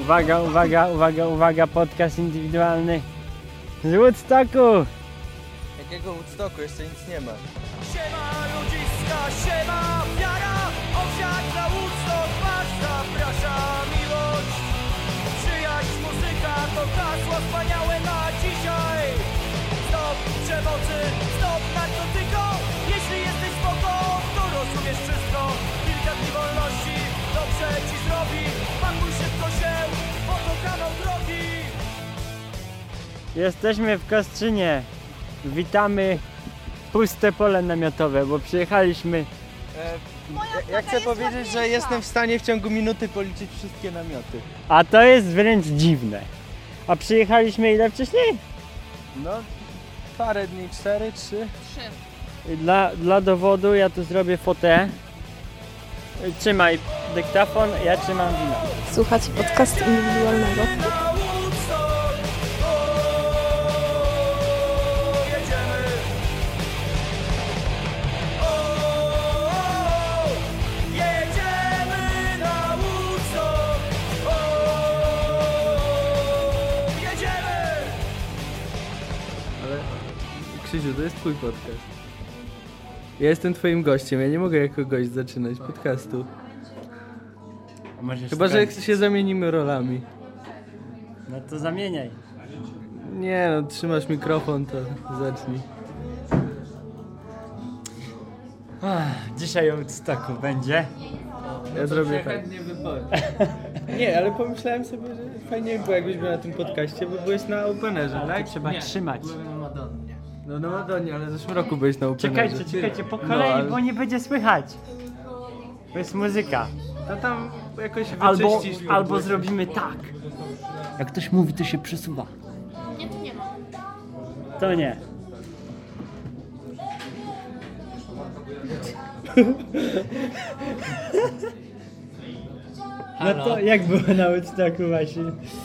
Uwaga, uwaga, uwaga, uwaga, podcast indywidualny z Woodstocku! Jakiego Woodstocku? Jeszcze nic nie ma. Siema ludziska, siema wiara, owsiak na Woodstock, was zaprasza miłość. Przyjaźń, muzyka to hasło wspaniałe na dzisiaj. Stop przemocy, stop narkotykom. Jeśli jesteś spoko, to rozumiesz wszystko. Kilka dni wolności dobrze ci zrobi. Pakuj szybko się, bo to kawał drogi. Jesteśmy w Kostrzynie. Witamy puste pole namiotowe, bo przyjechaliśmy. Ja chcę powiedzieć, że jestem w stanie w ciągu minuty policzyć wszystkie namioty. A to jest wręcz dziwne. A przyjechaliśmy ile wcześniej? No, parę dni, 4, 3. Dla dowodu ja tu zrobię fotę. Trzymaj dyktafon, ja trzymam wino. Słuchajcie podcastu indywidualnego. Krzysiu, to jest twój podcast. Ja jestem twoim gościem, ja nie mogę jako gość zaczynać podcastu. Chyba, że się zamienimy rolami. No to zamieniaj. Nie no, trzymasz mikrofon, to zacznij. Dzisiaj o Woodstocku będzie. Ja zrobię tak. Nie, ale pomyślałem sobie, że fajnie by było, jakbyś był na tym podcaście, bo byłeś na Openerze, tak? Trzeba trzymać. No na Madonnie, ale w zeszłym roku byłeś na Openerze. Czekajcie, po kolei, ale- bo nie będzie słychać. To jest muzyka. To tam jakoś wyczyścisz. Albo zrobimy tak. Jak ktoś mówi, to się przesuwa. Nie, tu nie ma. To nie. No to jak było na Woodstocku właśnie?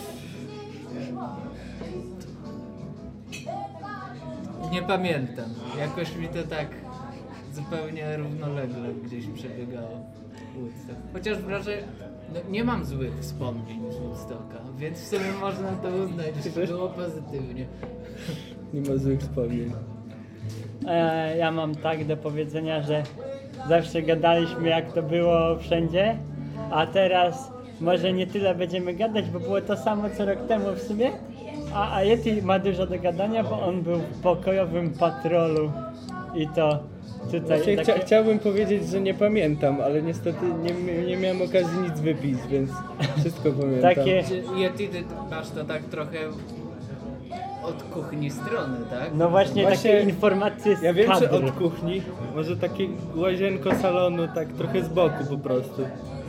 Nie pamiętam. Jakoś mi to tak zupełnie równolegle gdzieś przebiegało Woodstock. Chociaż wrażę, no nie mam złych wspomnień z Woodstocka, więc w sumie można to uznać, że było pozytywnie. Nie ma złych wspomnień. Ja mam tak do powiedzenia, że zawsze gadaliśmy jak to było wszędzie, a teraz może nie tyle będziemy gadać, bo było to samo co rok temu w sumie, a Yeti ma dużo do gadania, bo on był w pokojowym patrolu i to tutaj Właśnie takie... chciałbym powiedzieć, że nie pamiętam, ale niestety nie miałem okazji nic wypić, więc wszystko pamiętam. Takie... Yeti, ty masz to tak trochę od kuchni strony, tak? No właśnie takie informacje z Ja wiem, że kadr. od kuchni, może takie łazienko salonu, tak trochę z boku po prostu.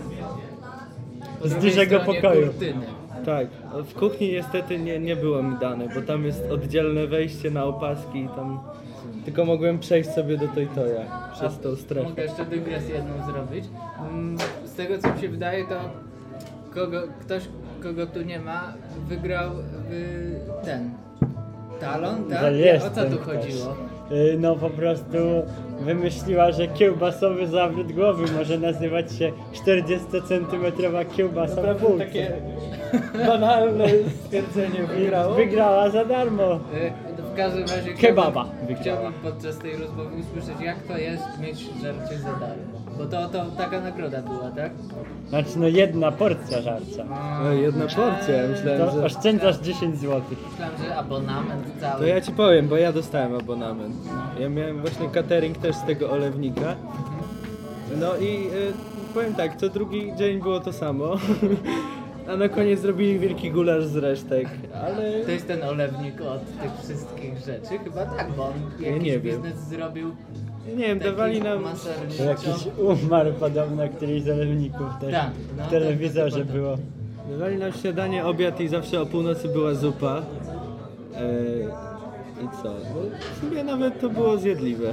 Po z drugiej dużego stronie pokoju. kurtyny. Tak, w kuchni niestety nie było mi dane, bo tam jest oddzielne wejście na opaski i tam tylko mogłem przejść sobie do Toy-Toya przez tą strefę. Mogę jeszcze dygresję jedną zrobić. Z tego co mi się wydaje, to ktoś, kogo tu nie ma, wygrał ten Talon, tak? Że jest O co ten tu ktoś. chodziło? No po prostu wymyśliła, że kiełbasowy zawrót głowy może nazywać się 40-centymetrowa kiełbasa w Naprawdę bułce. takie banalne stwierdzenie wygrało. Wygrała za darmo. W każdym razie Kebaba chciałbym podczas tej rozmowy usłyszeć, jak to jest mieć żarcie za darmo. Bo to taka nagroda była, tak? Znaczy no jedna porcja żarcia. No, jedna porcja, ja myślałem, To że... oszczędzasz 10 zł. Myślałem, że abonament cały. To ja ci powiem, bo ja dostałem abonament. Ja miałem właśnie catering też z tego olewnika. No i powiem tak, co drugi dzień było to samo. A na koniec zrobili wielki gulasz z resztek, ale... To jest ten olewnik od tych wszystkich rzeczy? Chyba tak, bo on jakiś nie wiem. biznes zrobił. Nie wiem, dawali nam... To jakiś umarł podobno któryś z olewników też. Tak, no, w telewizorze to było. Dawali nam śniadanie, obiad i zawsze o północy była zupa. I co? No, w sumie nawet to było zjadliwe.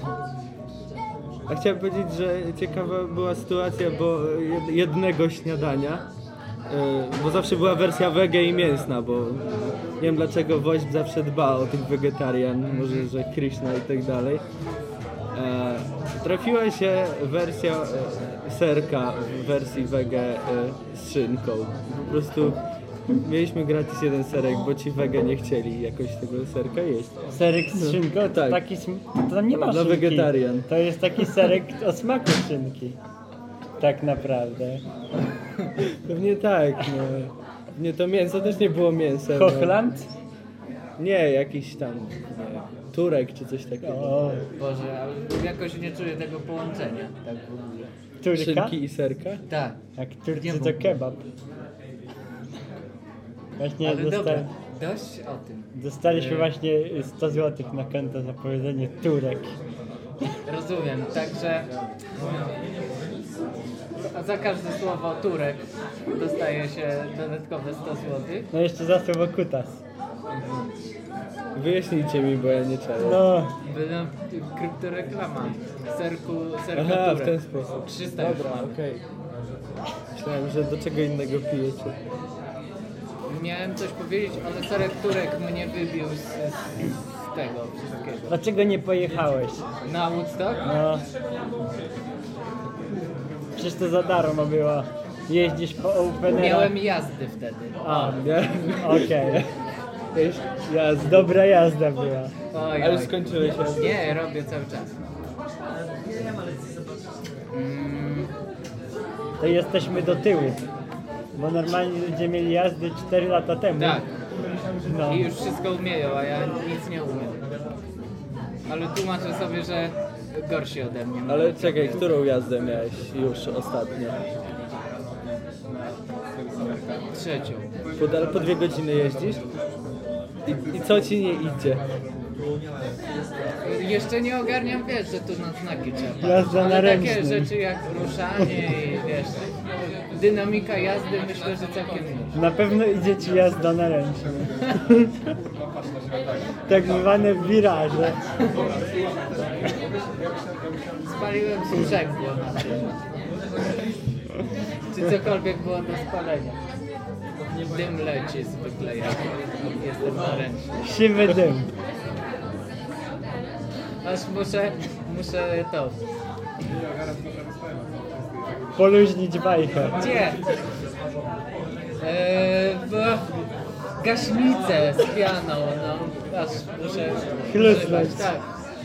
A chciałem powiedzieć, że ciekawa była sytuacja, bo jednego śniadania, bo zawsze była wersja wege i mięsna, bo nie wiem dlaczego Woźb zawsze dba o tych wegetarian, może że Krishna i tak dalej. Trafiła się wersja serka w wersji wege z szynką. Po prostu mieliśmy gratis jeden serek, bo ci wege nie chcieli jakoś tego serka jeść. Serek z szynką to tak. taki to tam nie ma Dla szynki. wegetarian. To jest taki serek o smaku szynki. Tak naprawdę. Pewnie tak, no. Nie, to mięso też nie było mięsem. no. Hochland? Nie, jakiś tam Turek czy coś takiego. O, Boże, ale jakoś nie czuję tego połączenia, tak w ogóle. Turka? Szynki i serka? Tak, Jak Nie Turcy mów. to kebab. Właśnie ale dobra, dość o tym. dostaliśmy właśnie 100 zł na konto za powiedzenie Turek. Rozumiem, także za każde słowo Turek dostaje się dodatkowe 100 zł. No jeszcze za słowo kutas. Wyjaśnijcie mi, bo ja nie czaję. No, Była kryptoreklama serku Aha, w Turek. ten sposób. 300 już Dobra, mam. okej. Myślałem, że do czego innego pijecie. Miałem coś powiedzieć, ale serek Turek mnie wybił z tego wszystkiego. dlaczego nie pojechałeś? Na Woodstock? No. Przecież to za darmo było. Jeździsz po Openera. Miałem jazdy wtedy. A, Nie? okej. Jazda. Dobra jazda była. Oj, Ale oj. skończyłeś jazdę. Nie, robię cały czas. To jesteśmy do tyłu. Bo normalnie ludzie mieli jazdy 4 lata temu. Tak. No. I już wszystko umieją, a ja nic nie umiem. Ale tłumaczę sobie, że gorsi ode mnie. Ale czekaj, którą jazdę miałeś już ostatnio? Trzecią. Po 2 godziny jeździsz? I co ci nie idzie? Jeszcze nie ogarniam, wiesz, że tu na znaki trzeba. Jazda na Ale takie ręcznym. rzeczy jak ruszanie i wiesz, dynamika jazdy myślę, że całkiem nieźle. Na pewno idzie ci jazda na ręcznym. Tak zwane wiraże. Spaliłem sprzęgło na tym. Czy cokolwiek było do spalenia. Dym leci zwykle, jak jestem na ręcznym. Siwy dym. Aż muszę to. Poluźnić bajkę. Gdzie? W gaśnicę z pianą, no. Aż muszę Chlustnąć. używać, tak.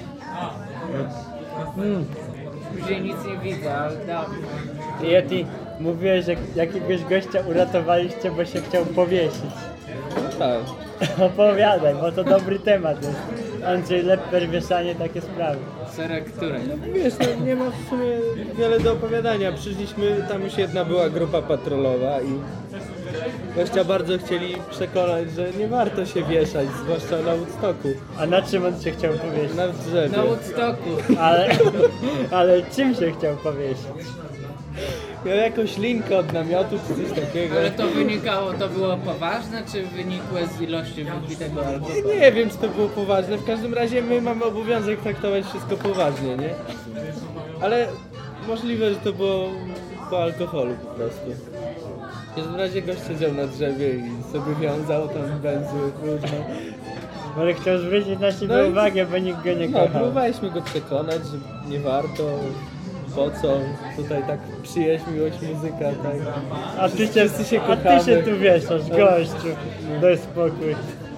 Później nic nie widzę, ale dam. Yeti, mówiłeś, że jakiegoś gościa uratowaliście, bo się chciał powiesić. Tak. Opowiadaj, bo to dobry temat jest. Andrzej Lepper, wieszanie, takie sprawy. Serek Turek. Wiesz, no, nie ma w sumie wiele do opowiadania. Przyszliśmy, tam już jedna była grupa patrolowa i gościa bardzo chcieli przekonać, że nie warto się wieszać, zwłaszcza na Woodstocku. A na czym on się chciał powiesić? Na drzewie. Na Woodstocku. Ale czym się chciał powiesić? Miał jakąś linkę od namiotu czy coś takiego. Ale to było poważne, czy wynikłe z ilości wypitego alkoholu? Nie wiem, czy to było poważne. W każdym razie my mamy obowiązek traktować wszystko poważnie, nie? Ale możliwe, że to było po alkoholu po prostu. W każdym razie gość siedział na drzewie i sobie wiązał tam węzły różne. Może chciał zwrócić na siebie No i- uwagę, bo nikt go nie No, kochał. próbowaliśmy go przekonać, że nie warto, po co, tutaj tak przyjaźń, miłość, muzyka, tak. A ty Wszyscy się a ty kochamy. się tu wieszasz, gościu. Daj spokój.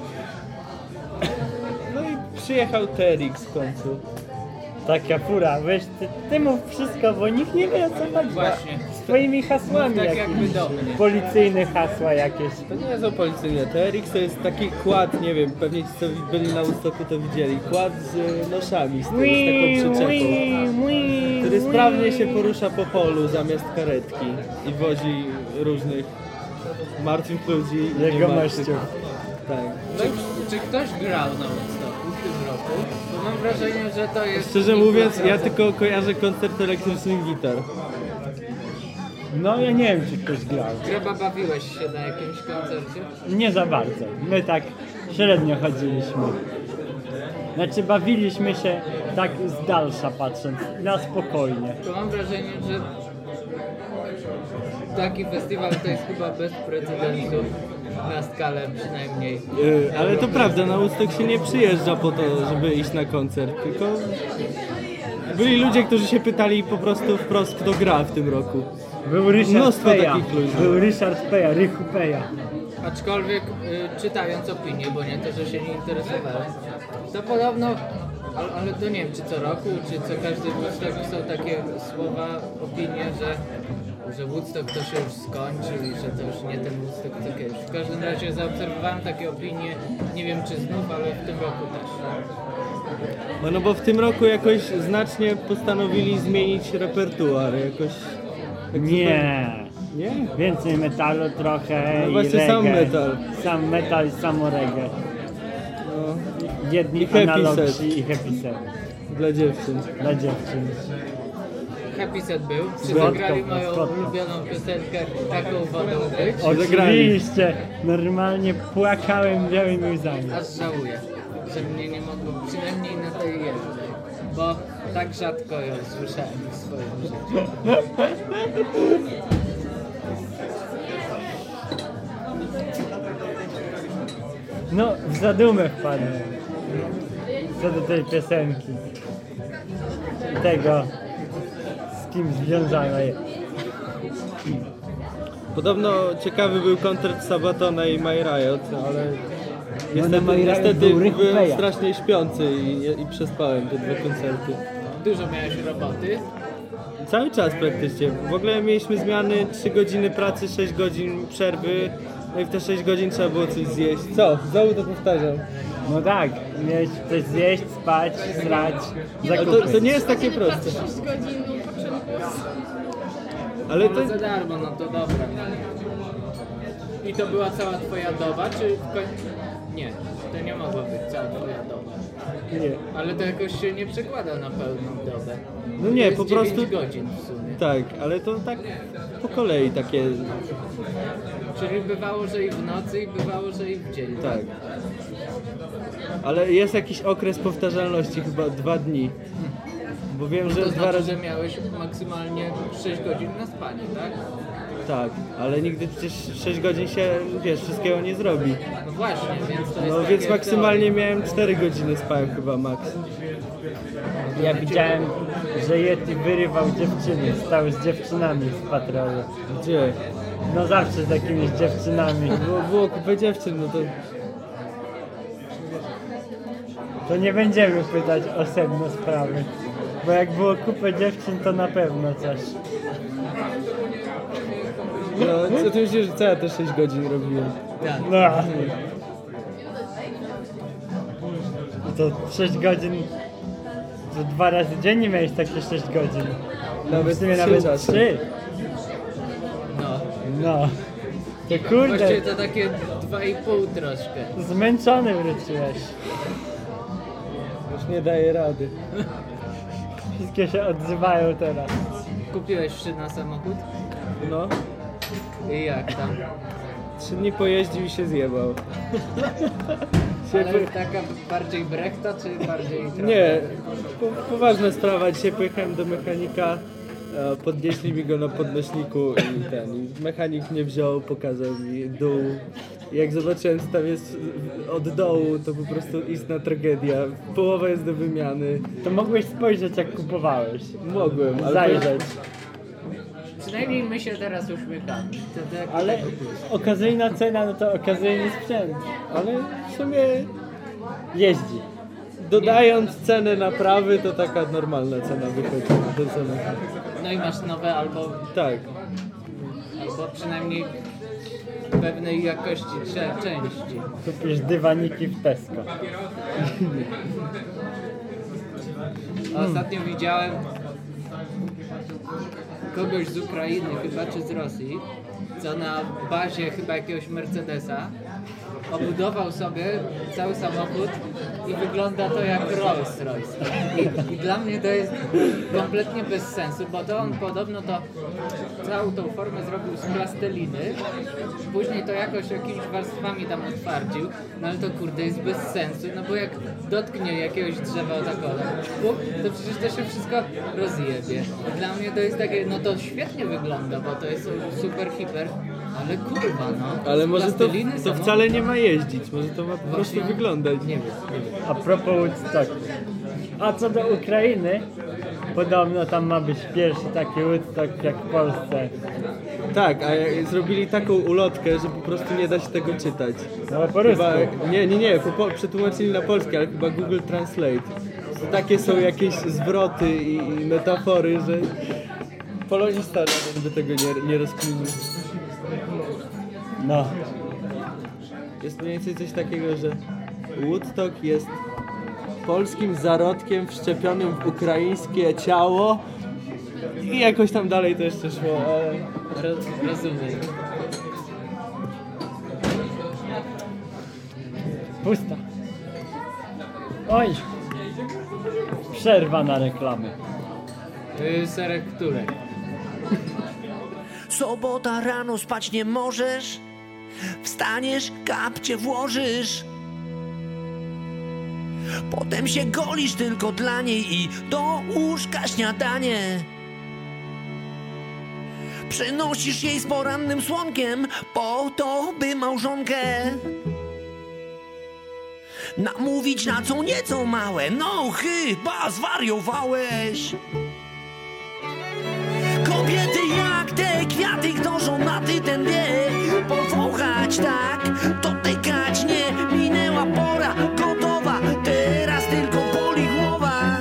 No i przyjechał TRX w końcu. Taka fura, weź ty mów wszystko, bo nikt nie wie o co chodzi. Właśnie. Z twoimi hasłami Mów tak jakieś. jakby do mnie. Policyjne hasła jakieś. To nie są policyjne. TRX to jest taki kład, nie wiem, pewnie ci co byli na Woodstocku to widzieli. Kład z noszami, z taką przyczepą. Który sprawnie się porusza po polu zamiast karetki i wozi różnych martwych ludzi. i Jego niemartwych. mościów. Tak. Czy ktoś grał na Woodstocku w tym roku? Bo mam wrażenie, że to jest... Szczerze mówiąc, ja tylko kojarzę koncert elektrycznych gitar. No ja nie wiem, czy ktoś grał. Chyba bawiłeś się na jakimś koncercie? Nie za bardzo. My tak średnio chodziliśmy. Znaczy bawiliśmy się tak z dalsza patrząc, na spokojnie. To mam wrażenie, że taki festiwal to jest chyba bez precedensu na skalę przynajmniej. Ale to prawda, na Woodstock się nie przyjeżdża po to, żeby iść na koncert, tylko Byli ludzie, którzy się pytali po prostu wprost, kto gra w tym roku. Był Ryszard Mnóstwo Peja. takich ludzi. Był Ryszard Peja, Rychu Peja. Aczkolwiek czytając opinie, bo nie to, że się nie interesowałem, to podobno, ale to nie wiem, czy co roku, czy co każdy Woodstock są takie słowa, opinie, że Woodstock to się już skończył i że to już nie ten Woodstock co kiedyś. W każdym razie zaobserwowałem takie opinie, nie wiem czy znów, ale w tym roku też. No bo w tym roku jakoś znacznie postanowili zmienić repertuar, jakoś... Nie. Nie? Więcej metalu trochę No i właśnie reggae. sam metal. Sam metal i samo reggae. No, Jedni I happy analogsi set. i happy set. dla dziewczyn. Dla dziewczyn. Happy Set był, czy Słodko, zagrali moją słodko. ulubioną piosenkę Taką wodą być, Oczywiście. Normalnie płakałem białymi łzami. aż żałuję, że mnie nie mogło przynajmniej na tej jednej, bo tak rzadko ją słyszałem w swoim życiu. No, w zadumę wpadłem. Co do tej piosenki. I tego, z kim związana jest. Podobno ciekawy był koncert Sabatona i My Riot, ale na My Riot niestety był Rychu byłem Peja. strasznie śpiący i przespałem te dwa koncerty. Dużo miałeś roboty, Cały czas praktycznie. W ogóle mieliśmy zmiany, 3 godziny pracy, 6 godzin przerwy, no i w te 6 godzin trzeba było coś zjeść. Co? Znowu to powtarzam. No tak, mieć coś zjeść, spać, srać, Ale zakupy. to nie jest takie proste. 6 godzin odpoczynku. Ale to... no za darmo, no to dobra. I to była cała twoja doba, czy w końcu... Nie, to nie mogła być cała twoja doba. Nie. Ale to jakoś się nie przekłada na pełną dobę. No nie, to jest po prostu- 9 godzin w sumie. Tak, ale to tak po kolei takie... Czyli bywało, że i w nocy, i bywało, że i w dzień. Tak. Ale jest jakiś okres powtarzalności, chyba 2 dni. Bo wiem, że To 2 znaczy, razy... że miałeś maksymalnie 6 godzin na spanie, tak? Tak, ale nigdy przecież 6 godzin się, wiesz, wszystkiego nie zrobi. No właśnie, więc to jest No takie więc maksymalnie miałem 4 godziny spałem chyba max. Ja widziałem, że Yeti wyrywał dziewczyny, stał z dziewczynami z patrolu. Gdzie? No zawsze z jakimiś dziewczynami. Było kupę dziewczyn, no to... To nie będziemy pytać o sedno sprawy. Bo jak było kupę dziewczyn, to na pewno coś. No, co ty myślisz, że co ja te 6 godzin robiłem? Tak. No. To 6 godzin... To 2 razy dziennie miałeś takie 6 godzin. Nawet W sumie 3 nawet czasem. 3. No. No. To kurde, Właściwie to takie 2,5 troszkę. zmęczony wróciłeś. Już nie daję rady. Wszystkie się odzywają teraz. Kupiłeś wszy na samochód? No, I jak tam? 3 dni pojeździł i się zjebał. Ale taka bardziej brechta, czy bardziej... Nie, poważna sprawa. Dzisiaj pojechałem do mechanika, podnieśli mi go na podnośniku i mechanik mnie wziął, pokazał mi dół. I jak zobaczyłem, co tam jest od dołu, to po prostu istna tragedia. Połowa jest do wymiany. To mogłeś spojrzeć jak kupowałeś. Mogłem, ale... Zajrzeć. Przynajmniej my się teraz uśmiechamy. To tak- Ale okazyjna cena, no to okazyjny sprzęt. Ale w sumie Jeździ. dodając cenę naprawy, to taka normalna cena wychodzi na ten samochód. No i masz nowe albo Tak. przynajmniej pewnej jakości części. Kupisz dywaniki w Tesco. Ostatnio widziałem kogoś z Ukrainy chyba, czy z Rosji, co na bazie chyba jakiegoś Mercedesa obudował sobie cały samochód i wygląda to jak Rolls Royce. I dla mnie to jest kompletnie bez sensu, bo to on podobno to całą tą formę zrobił z plasteliny, później to jakoś jakimiś warstwami tam utwardził, no ale to kurde jest bez sensu, no bo jak dotknie jakiegoś drzewa o taką, to przecież to się wszystko rozjebie. I dla mnie to jest takie, no to świetnie wygląda, bo to jest super hiper, ale kurwa no. Ale z może plasteliny to samochód? wcale nie ma jeździć, może to ma po prostu Właśnie, wyglądać. Nie wiem. A propos Woodstocku. A co do Ukrainy, podobno tam ma być pierwszy taki Woodstock jak w Polsce. Tak, a zrobili taką ulotkę, że po prostu nie da się tego czytać. No po rusku. Nie, przetłumaczyli na polski, ale chyba Google Translate. To takie są jakieś zwroty i metafory, że polonista nawet by tego nie rozkminił. No. Jest mniej więcej coś takiego, że Woodstock jest polskim zarodkiem wszczepionym w ukraińskie ciało i jakoś tam dalej to jeszcze szło, ale... Rozumiem. Pusta. Oj. Przerwa na reklamy. Serek Turek. Sobota rano spać nie możesz, wstaniesz, kapcie włożysz, potem się golisz tylko dla niej i do łóżka śniadanie. Przynosisz jej z porannym słonkiem po to, by małżonkę namówić na co nieco małe. No chyba zwariowałeś. Kobiety jak te kwiaty, kto żonaty ten wie. Powąchać tak, dotykać nie. Minęła pora, gotowa, teraz tylko boli głowa.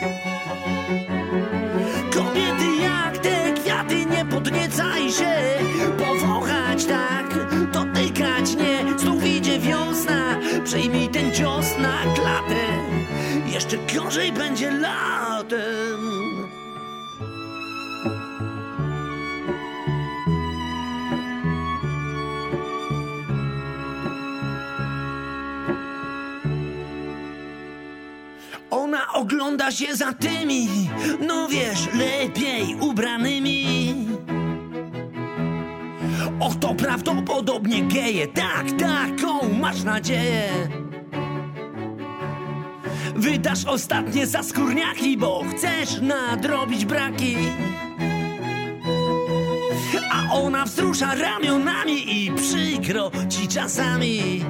Kobiety jak te kwiaty, nie podniecaj się. Powąchać tak, dotykać nie. Znów idzie wiosna, przyjmij ten cios na klatę. Jeszcze gorzej będzie latem. Ona ogląda się za tymi, no wiesz, lepiej ubranymi. Och, to prawdopodobnie geje, tak, taką masz nadzieję. Wydasz ostatnie za skórniaki, bo chcesz nadrobić braki. A ona wzrusza ramionami i przykro ci czasami.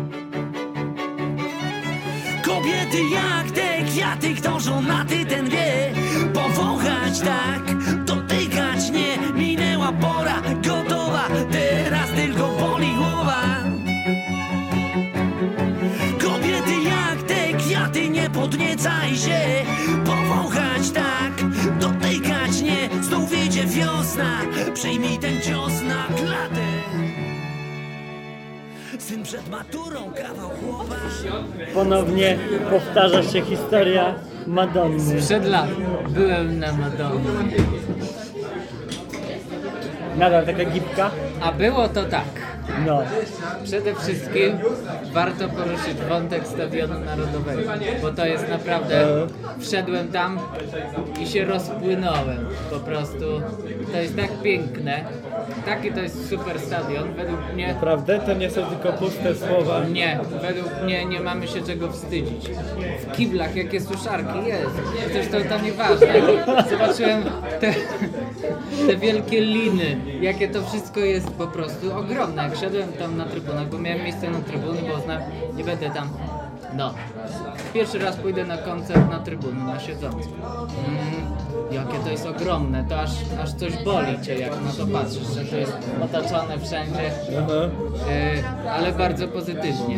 Kobiety jak te kwiaty, kto żonaty ten wie. Powąchać tak, dotykać nie. Minęła pora, gotowa, teraz tylko boli głowa. Kobiety jak te kwiaty, nie podniecaj się. Powąchać tak, dotykać nie. Znów idzie wiosna, przyjmij ten cios na klatę. Syn przed maturą, kawał chłopa. Ponownie powtarza się historia Madonny. Sprzed lat byłem na Madonnie. Nadal taka gipka? A było to tak. No. Przede wszystkim warto poruszyć wątek Stadionu Narodowego, bo to jest naprawdę... Wszedłem tam i się rozpłynąłem po prostu. To jest tak piękne. Taki to jest super stadion. Według mnie... Naprawdę? To nie są tylko puste słowa. Nie, według mnie nie mamy się czego wstydzić. W kiblach jakie suszarki jest. Zresztą to nieważne. Zobaczyłem te wielkie liny. Jakie to wszystko jest po prostu ogromne. Jak szedłem tam na trybunach, bo miałem miejsce na trybuny, bo znam, nie będę tam. No. Pierwszy raz pójdę na koncert na trybuny, na siedzącym. Jakie to jest ogromne, to aż coś boli cię, jak na to patrzysz, że to jest otoczone wszędzie. Ale bardzo pozytywnie.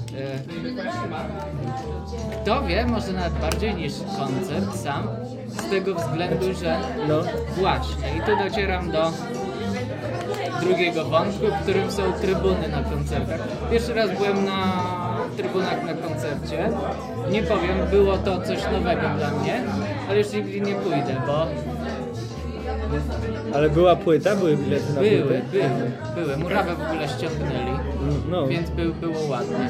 Kto wie, może nawet bardziej niż koncert sam, z tego względu, że właśnie, i tu docieram do drugiego wątku, w którym są trybuny na koncertach. Pierwszy raz byłem na trybunach na koncercie. Nie powiem, było to coś nowego dla mnie, ale już nigdy nie pójdę, bo... Ale była płyta? Były bilety na płytę? Były. Murawę w ogóle ściągnęli, więc było ładnie.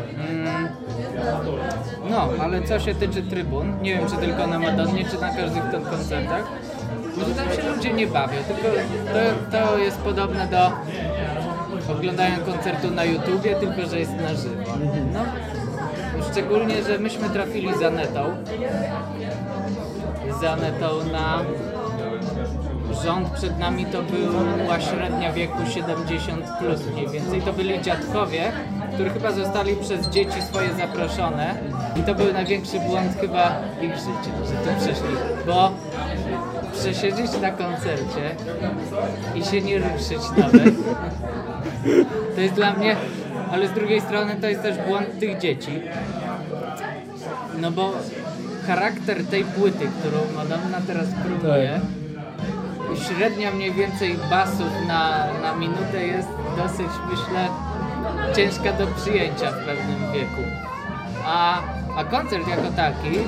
No, ale co się tyczy trybun, nie wiem czy tylko na Madonnie, czy na każdych tych koncertach, może tam się ludzie nie bawią, tylko to jest podobne do oglądania koncertu na YouTubie, tylko że jest na żywo. No, szczególnie, że myśmy trafili z Anetą na rząd przed nami to była średnia wieku 70 plus mniej więcej. To byli dziadkowie, którzy chyba zostali przez dzieci swoje zaproszone i to był największy błąd chyba ich życia, że tu przyszli, bo przesiedzieć na koncercie i się nie ruszyć nawet, to jest dla mnie, ale z drugiej strony to jest też błąd tych dzieci, no bo charakter tej płyty, którą Madonna teraz promuje, średnia mniej więcej basów na minutę jest dosyć, myślę, ciężka do przyjęcia w pewnym wieku. A koncert jako taki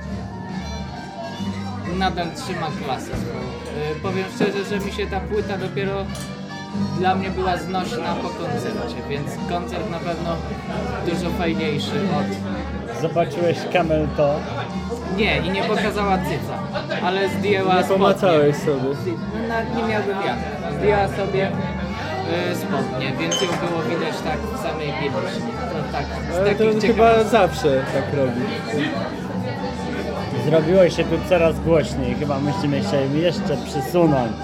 nadal trzyma klasę. Powiem szczerze, że mi się ta płyta dopiero dla mnie była znośna po koncercie, więc koncert na pewno dużo fajniejszy od... Zobaczyłeś Camel Toe? Nie, i nie pokazała cyca, ale zdjęła Nie pomacałeś sobie. Nie miałbym jak. Zdjęła sobie spodnie, więc ją było widać tak w samej bieliźnie. To tak, z Ale to takich chyba ciekawostek. zawsze tak robi. Zrobiło się tu coraz głośniej, chyba musimy się jeszcze przysunąć.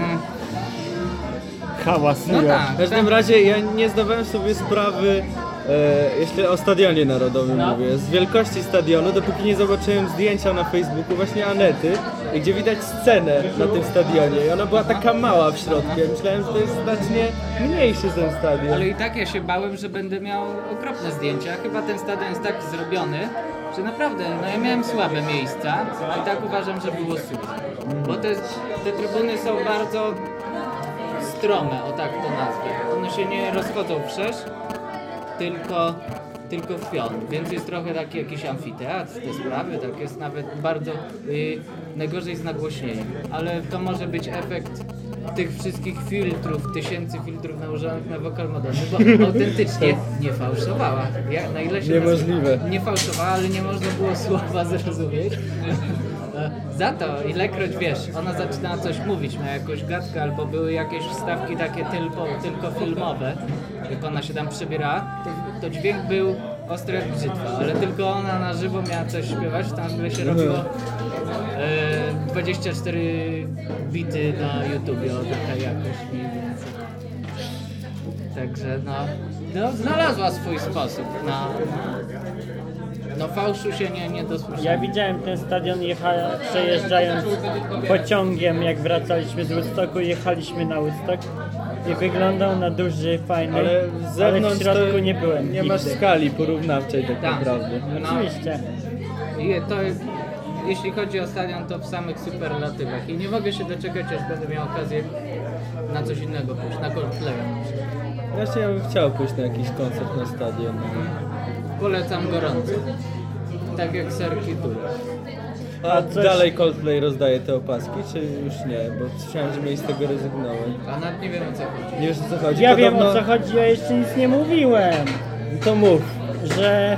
Hałasują. No tak. W każdym razie ja nie zdawałem sobie sprawy, jeśli o Stadionie Narodowym No. mówię, z wielkości stadionu, dopóki nie zobaczyłem zdjęcia na Facebooku właśnie Anety, gdzie widać scenę na tym stadionie i ona była taka mała w środku. Ja myślałem, że to jest znacznie mniejszy ten stadion. Ale i tak ja się bałem, że będę miał okropne zdjęcia. Chyba ten stadion jest tak zrobiony, że naprawdę, no ja miałem słabe miejsca i tak uważam, że było super. Bo te trybuny są bardzo strome, o tak to nazwę. One się nie rozchodzą wszerz, tylko w pion, więc jest trochę taki jakiś amfiteatr, te sprawy, tak jest nawet bardzo najgorzej z nagłośnieniem, ale to może być efekt tych wszystkich filtrów, tysięcy filtrów nałożonych na wokal Madonny, bo autentycznie nie fałszowała. Na ile się Niemożliwe. Nie fałszowała, ale nie można było słowa zrozumieć. Za to, ilekroć wiesz, ona zaczynała coś mówić, miała jakąś gadkę albo były jakieś wstawki takie tylko filmowe, jak ona się tam przebierała, to dźwięk był ostry jak brzytwa, ale tylko ona na żywo miała coś śpiewać, tam nagle się robiło 24 bity na YouTubie, o taka jakość mniej więcej. Także no znalazła swój sposób na no fałszu się nie dosłyszałem. Ja widziałem ten stadion przejeżdżając pociągiem, jak wracaliśmy z Woodstocku, jechaliśmy na Woodstock i wyglądał na duży, fajny, Ale z zewnątrz w środku to nie byłem. nie masz nigdy. skali porównawczej tak Tak. naprawdę. Oczywiście. I to jest, jeśli chodzi o stadion, to w samych superlatywach. I nie mogę się doczekać, aż będę miał okazję na coś innego pójść, na Coldplaya na przykład. Właśnie ja bym chciał pójść na jakiś koncert na stadion. Polecam gorąco. Tak jak Serki Tour. A coś- dalej Coldplay rozdaje te opaski, czy już nie? Bo słyszałem, że mieli z tego rezygnować. A nawet nie wiem o co chodzi. Nie wiesz o co chodzi? Ja wiem Podobno- o co chodzi, ja jeszcze nic nie mówiłem, To mów. że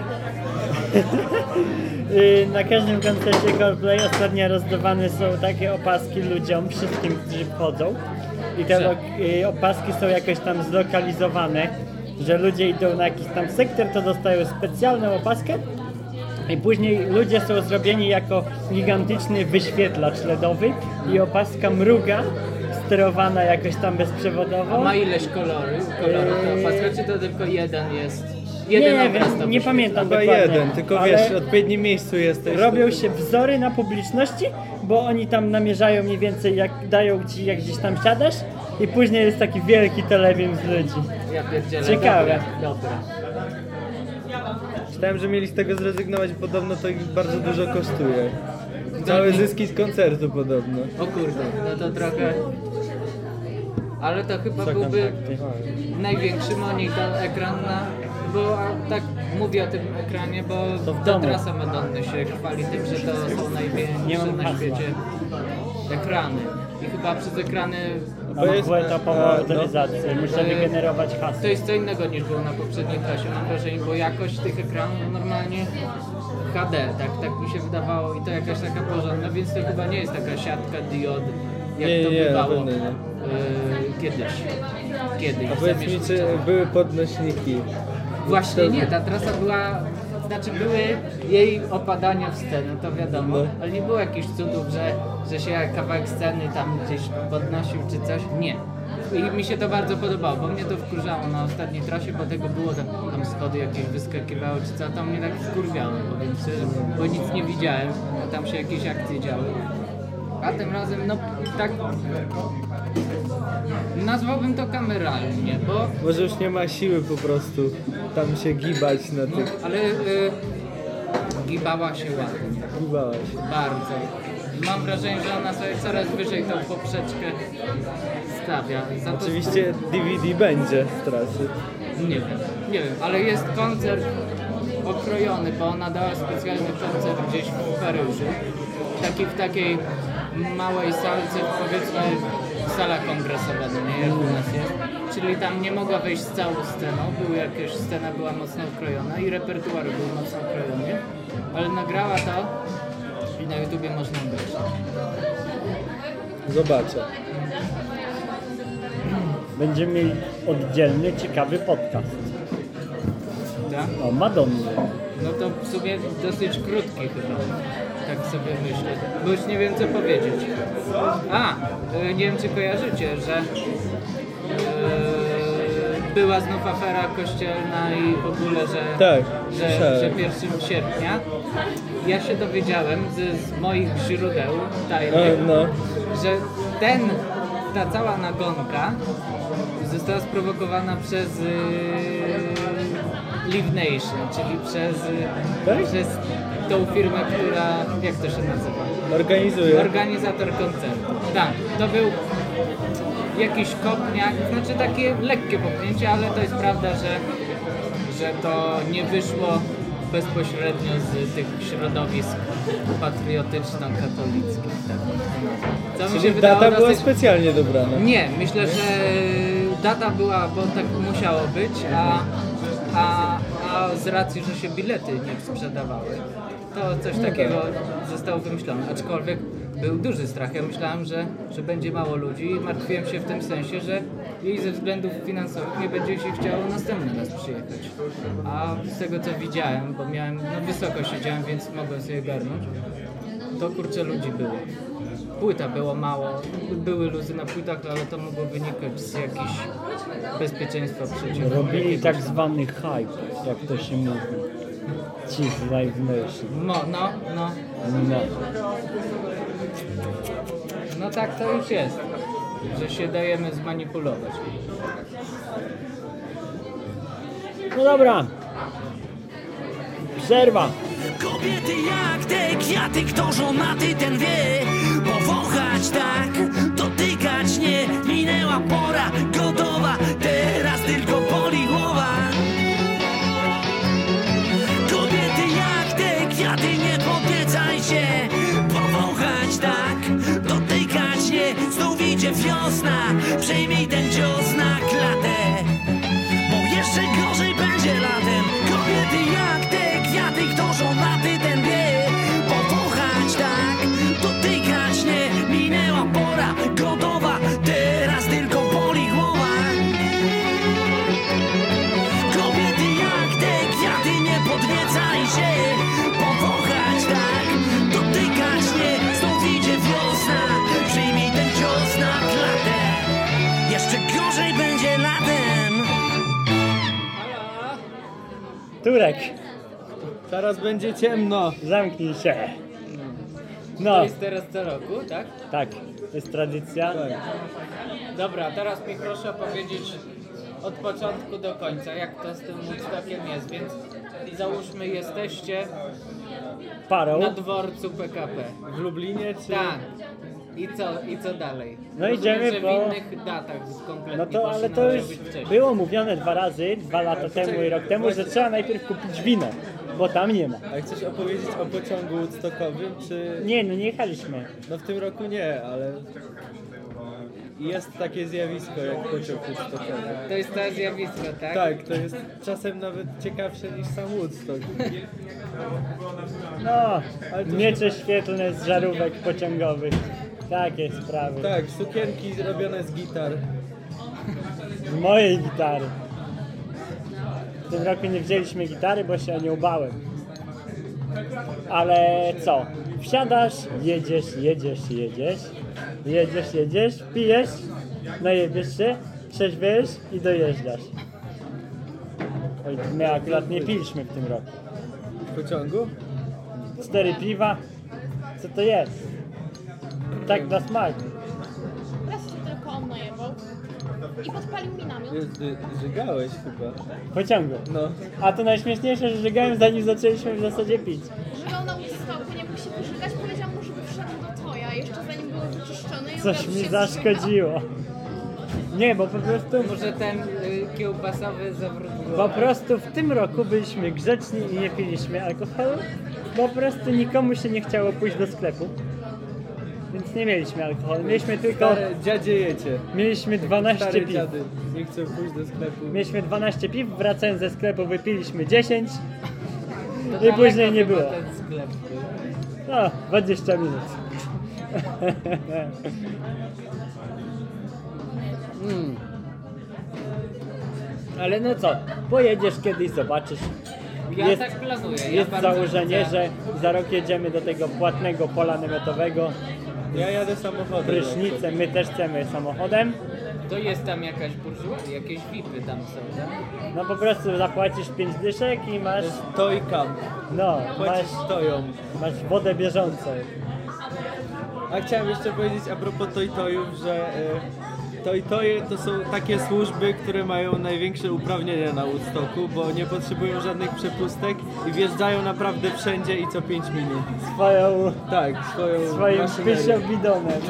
na każdym koncercie Coldplay ostatnio rozdawane są takie opaski ludziom, wszystkim, którzy wchodzą. I te opaski są jakoś tam zlokalizowane, że ludzie idą na jakiś tam sektor, to dostają specjalną opaskę i później ludzie są zrobieni jako gigantyczny wyświetlacz LEDowy i opaska mruga, sterowana jakoś tam bezprzewodowo. A ma ileś kolorów to opaska, czy to tylko jeden jest? Jeden Nie obraz to wiem, nie wyświetla? pamiętam Chyba dokładnie. jeden, tylko ale wiesz, w odpowiednim miejscu jesteś. robią się wzory na publiczności, bo oni tam namierzają mniej więcej, jak dają ci, jak gdzieś tam siadasz i później jest taki wielki telewizor z ludzi. Ja pierdzielę. Ciekawe. Dobra. Czytałem, że mieli z tego zrezygnować, podobno to ich bardzo dużo kosztuje. Całe zyski z koncertu podobno. O kurde, no to trochę... Ale to chyba Co byłby kontakty? największy monitor, ekran na... Bo tak mówię o tym ekranie, bo To w ta domu. trasa Madonny się chwali tym, że to są Nie największe mam na hasła. świecie ekrany. I chyba przez ekrany... Mam jest- błędopową no. autoryzację, muszę wygenerować hasło. To jest co innego niż było na poprzedniej trasie, mam wrażenie, bo jakość tych ekranów normalnie HD, tak mi się wydawało i to jakaś taka porządna, więc to chyba nie jest taka siatka diod, jak Nie, to nie, bywało na pewno nie. kiedyś. A powiedz mi, czy były podnośniki? Właśnie nie, ta trasa była znaczy były jej opadania w scenę, to wiadomo, ale nie było jakichś cudów, że się kawałek sceny tam gdzieś podnosił czy coś, nie. I mi się to bardzo podobało, bo mnie to wkurzało na ostatniej trasie, bo tego było tam schody jakieś wyskakiwały czy co, to mnie tak wkurwiało, powiem szczerze, bo nic nie widziałem, a tam się jakieś akcje działy. A tym razem, no tak, nazwałbym to kameralnie, bo... Może już nie ma siły po prostu tam się gibać na tych... Ale gibała się ładnie, Gibała się. bardzo. Mam wrażenie, że ona sobie coraz wyżej tą poprzeczkę stawia. Za to Oczywiście DVD będzie z trasy. nie wiem, ale jest koncert okrojony, bo ona dała specjalny koncert gdzieś w Paryżu. W takiej małej salce, powiedzmy sala kongresowa, no nie, jak u nas jest. Czyli tam nie mogła wejść z całą sceną, scena była mocno okrojona i repertuar był mocno okrojony, ale nagrała to i na YouTubie można obejrzeć. Zobaczę. Będziemy mieli oddzielny, ciekawy podcast Tak? o Madonnie. No to w sumie dosyć krótki chyba, tak sobie myślę, bo już nie wiem co powiedzieć. Nie wiem czy kojarzycie, że była znów afera kościelna i w ogóle, że 1 sierpnia. Ja się dowiedziałem z moich źródeł tajnych, że ta cała nagonka została sprowokowana przez Live Nation, czyli przez tą firmę, która, jak to się nazywa? Organizator koncertu. Tak, to był jakiś kopniak, znaczy takie lekkie popchnięcie, ale to jest prawda, że to nie wyszło bezpośrednio z tych środowisk patriotyczno-katolickich. Tak. Co mi się wydało data była specjalnie dobrana. Nie, myślę, że data była, bo tak musiało być, a z racji, że się bilety nie sprzedawały, to coś takiego zostało wymyślone. Aczkolwiek był duży strach. Ja myślałem, że będzie mało ludzi i martwiłem się w tym sensie, że jej ze względów finansowych nie będzie się chciało następny raz przyjechać. A z tego co widziałem, bo wysoko siedziałem, więc mogłem sobie garnąć, to kurczę ludzi było. Płyta było mało, były luzy na płytach, ale to mogło wynikać z jakichś bezpieczeństwa przeciwko. Robili tak zwany hype, jak to się mówi. Ci z Live Nation. No tak to już jest, że się dajemy zmanipulować. No dobra. Przerwa. Kobiety jak te kwiaty, kto żonaty ten wie. Powąchać tak, dotykać nie. Minęła pora gotowa, teraz tylko boli głowa. Kobiety jak te kwiaty, nie podniecaj się. Powąchać tak, dotykać nie. Znów idzie wiosna, przejmij ten cios na klatę. Bo jeszcze gorzej będzie latem. Kobiety jak te kwiaty, kto żonaty ten wie. Powąchać tak, dotykać nie. Minęła pora gotowa, teraz tylko boli głowa. Kobiety jak te kwiaty, nie podniecaj się. Powąchać tak, dotykać nie. Znów idzie wiosna, przyjmij ten cios na klatę. Jeszcze gorzej będzie latem. Turek, Zaraz będzie ciemno. zamknij się. To No, jest teraz co roku, tak? tak, to jest tradycja. Dobra, teraz mi proszę opowiedzieć od początku do końca, jak to z tym Woodstockiem jest, więc załóżmy jesteście Parą. na dworcu PKP. W Lublinie czy... Tak. I co dalej? No Rozumiem, idziemy że po- w innych datach kompletnie, No to, bo ale się to należy już być wcześniej. było mówione 2 razy, 2 lata temu i rok temu, że trzeba najpierw kupić wino, bo tam nie ma. A chcesz opowiedzieć o pociągu woodstockowym, czy... Nie, no nie jechaliśmy. No w tym roku nie, ale... Jest takie zjawisko jak pociąg woodstockowy. To jest to zjawisko, tak? Tak, to jest czasem nawet ciekawsze niż sam Woodstock. No, miecze świetlne z żarówek pociągowych. Takie sprawy. Tak, sukienki zrobione z gitar. Z mojej gitary. W tym roku nie wzięliśmy gitary, bo się o nią bałem. Ale co? Wsiadasz, jedziesz, pijesz, najebiesz się, trzeźwiesz i dojeżdżasz. Oj, my akurat nie piliśmy w tym roku. W pociągu? 4 piwa? Co to jest? Tak dla smaku. Raz się tylko on najebał i podpalił mi namiot. Żygałeś chyba. W pociągu. No. A to najśmieszniejsze, że żygałem zanim zaczęliśmy w zasadzie pić. Żygał na Woodstocku, nie mógł się wyżygać, powiedział mu, żeby wszedł do toja, jeszcze zanim było wyczyszczone i od Coś razu mi się wyżygał. zaszkodziło. Nie, bo po prostu... Może ten kiełbasowy zawrót Po głowy. prostu w tym roku byliśmy grzeczni i nie piliśmy alkoholu. Po prostu nikomu się nie chciało pójść do sklepu. Więc nie mieliśmy alkoholu. Mieliśmy tylko... Stare dziadzie jecie. Mieliśmy 12 Stare piw. dziady. Nie chcę pójść do sklepu. Mieliśmy 12 piw, wracając ze sklepu wypiliśmy 10 To i później daleko nie chyba było. ten sklep był. No, 20 minut. Ale no co, pojedziesz kiedyś, zobaczysz. Ja tak planuję. Ja Jest bardzo założenie, chcę. że za rok jedziemy do tego płatnego pola namiotowego. Ja jadę samochodem. Prysznicę, my też chcemy samochodem. To jest tam jakaś burżuazja, jakieś VIPy tam są, tak? No po prostu zapłacisz 5 dyszek i To masz, jest Toy Camp. no, Płacisz toją. masz wodę bieżącą. A chciałem jeszcze powiedzieć a propos Toy-Toyów, że Toy-Toje to są takie służby, które mają największe uprawnienia na Woodstocku, bo nie potrzebują żadnych przepustek i wjeżdżają naprawdę wszędzie i co 5 minut. Swoim Swoją maszynerię. pysiobidonem.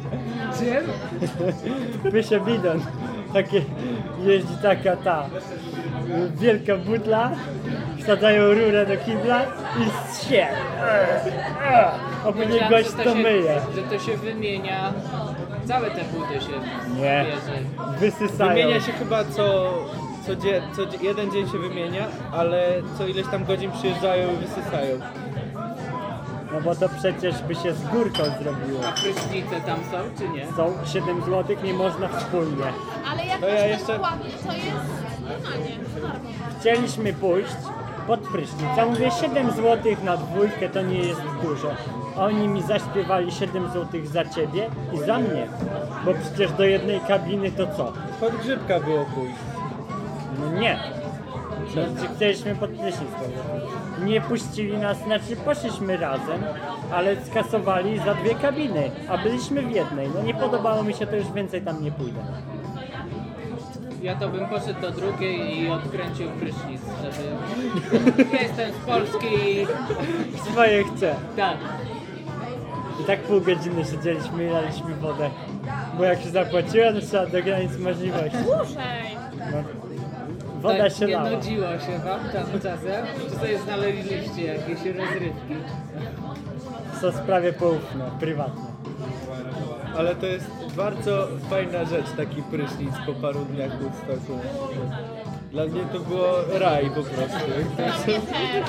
Pysiobidon. Takie jeździ taka ta wielka butla, wsadzają rurę do kibla i się. A później Myślałem, gość że to się, myje. że to się wymienia, całe te buty się Nie. bierze. Wysysają. Wymienia się chyba co jeden dzień się wymienia, ale co ileś tam godzin przyjeżdżają i wysysają. No bo to przecież by się z górką zrobiło. A prysznice tam są, czy nie? Są 7 zł, nie można wspólnie. Ale jak To masz ja ten jeszcze- płatny, to jest normalnie, za darmo. Chcieliśmy pójść pod prysznic. Ja mówię 7 zł na dwójkę to nie jest dużo. A oni mi zaśpiewali 7 zł za ciebie i za mnie. Bo przecież do jednej kabiny to co? Pod grzybka było pójść. No nie. Znaczy, chcieliśmy pod prysznic. Nie puścili nas, znaczy poszliśmy razem, ale skasowali za 2 kabiny, a byliśmy w jednej. No nie podobało mi się, to już więcej tam nie pójdę. Ja to bym poszedł do drugiej i odkręcił prysznic, żeby... Ja jestem z Polski i... Swoje chcę. Tak. I tak pół godziny siedzieliśmy i laliśmy wodę. Bo jak się zapłaciła, to trzeba do granic możliwości. Dłużej. No, woda Tak, się nie lała. nudziło się wam tam czasem? Czy sobie znaleźliście jakieś rozrywki? Są sprawy poufne, prywatne. Ale to jest bardzo fajna rzecz, taki prysznic po paru dniach Woodstocku. Dla mnie to było raj po prostu. Nie też.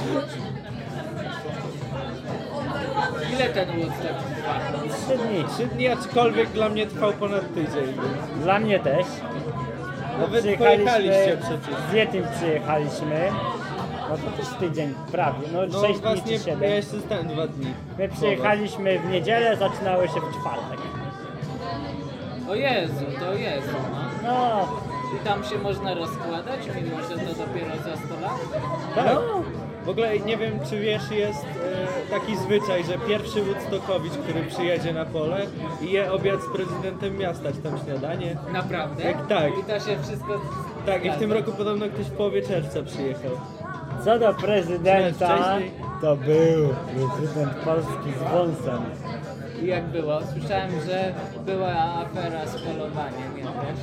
Ile ten Woodstock trwa? 3 dni. 3 dni, aczkolwiek dla mnie trwał ponad tydzień. Dla mnie też. Nawet pojechaliście przecież. Z Yetim przyjechaliśmy. No to też tydzień prawie, no 6 dni was czy nie, 7. ja jeszcze zostałem 2 dni. My przyjechaliśmy w niedzielę, zaczynały się w czwartek. O Jezu, to Jezu, no. No, I tam się można rozkładać, mimo że to dopiero za 100 lat? Tak. W ogóle nie wiem, czy wiesz, jest taki zwyczaj, że pierwszy Woodstockowicz, który przyjedzie na pole i je obiad z prezydentem miasta, czy tam śniadanie. Naprawdę? Tak. I to się wszystko... Tak, i w tym roku podobno ktoś w połowie czerwca przyjechał. co do prezydenta, Wcześniej. to był prezydent Polski z wąsem. I jak było? Słyszałem, że była afera z polowaniem jakaś.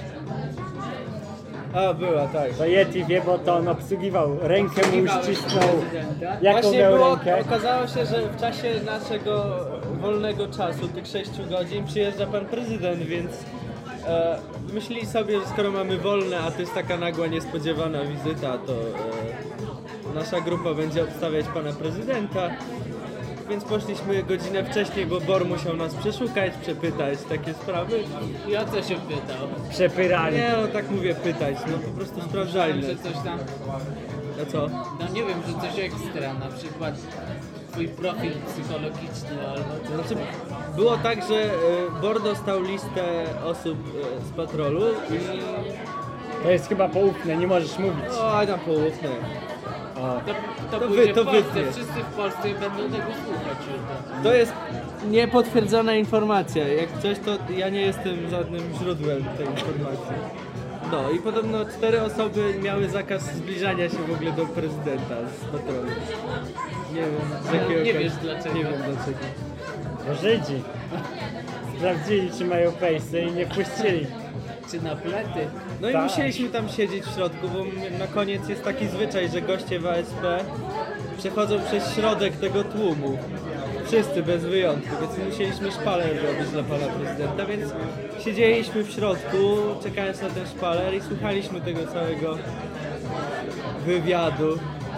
A, była, tak. To Yeti wie, bo to on obsługiwał, rękę mu Obsługiwałeś uścisnął. prezydenta? Jaką Właśnie miał było, rękę? okazało się, że w czasie naszego wolnego czasu, tych 6 godzin, przyjeżdża pan prezydent, więc myśleli sobie, że skoro mamy wolne, a to jest taka nagła, niespodziewana wizyta, to nasza grupa będzie obstawiać pana prezydenta. Więc poszliśmy godzinę wcześniej, bo BOR musiał nas przeszukać, przepytać, takie sprawy. I o co się pytał? Przepyrali. Nie no, tak mówię, pytać, no po prostu sprawdzali. Że coś tam... A co? No nie wiem, że coś ekstra, na przykład twój profil psychologiczny albo coś. Znaczy, było tak, że BOR dostał listę osób z patrolu i... To jest chyba poufne, nie możesz mówić. O, tam poufne. O. To To pójdzie to w Polsce, wytnie. wszyscy w Polsce będą tego słuchać jutro. To jest niepotwierdzona informacja. Jak coś, to ja nie jestem żadnym źródłem tej informacji. No i podobno 4 osoby miały zakaz zbliżania się w ogóle do prezydenta z patrolu. Nie wiem, z jakiego... Nie wiesz dlaczego. Nie wiem dlaczego. Bo Żydzi sprawdzili, czy mają pejsy i nie puścili. Czy na plety? No i Tak. musieliśmy tam siedzieć w środku, bo na koniec jest taki zwyczaj, że goście w ASP przechodzą przez środek tego tłumu. Wszyscy bez wyjątku, więc musieliśmy szpaler robić dla pana prezydenta, więc siedzieliśmy w środku, czekając na ten szpaler i słuchaliśmy tego całego wywiadu.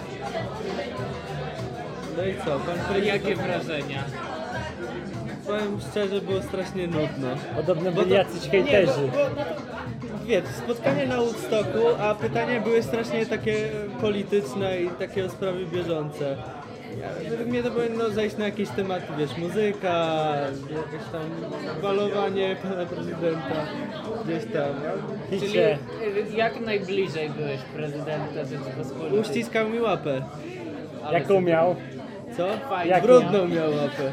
No i co, pan prezydent... Jakie wrażenia? Powiem szczerze, było strasznie nudno. Podobno Bo byli to- jacyś hejterzy. Nie, bo wiesz, spotkanie na Woodstocku, a pytania były strasznie takie polityczne i takie o sprawy bieżące. Według mnie to powinno zejść na jakieś tematy, wiesz, muzyka, jakieś tam balowanie pana prezydenta, gdzieś tam. Czyli Picie. jak najbliżej byłeś prezydenta Rzeczypospolitej? Uściskał mi łapę. Jaką miał? Co? Fajnie. Jak Brudną miał łapę.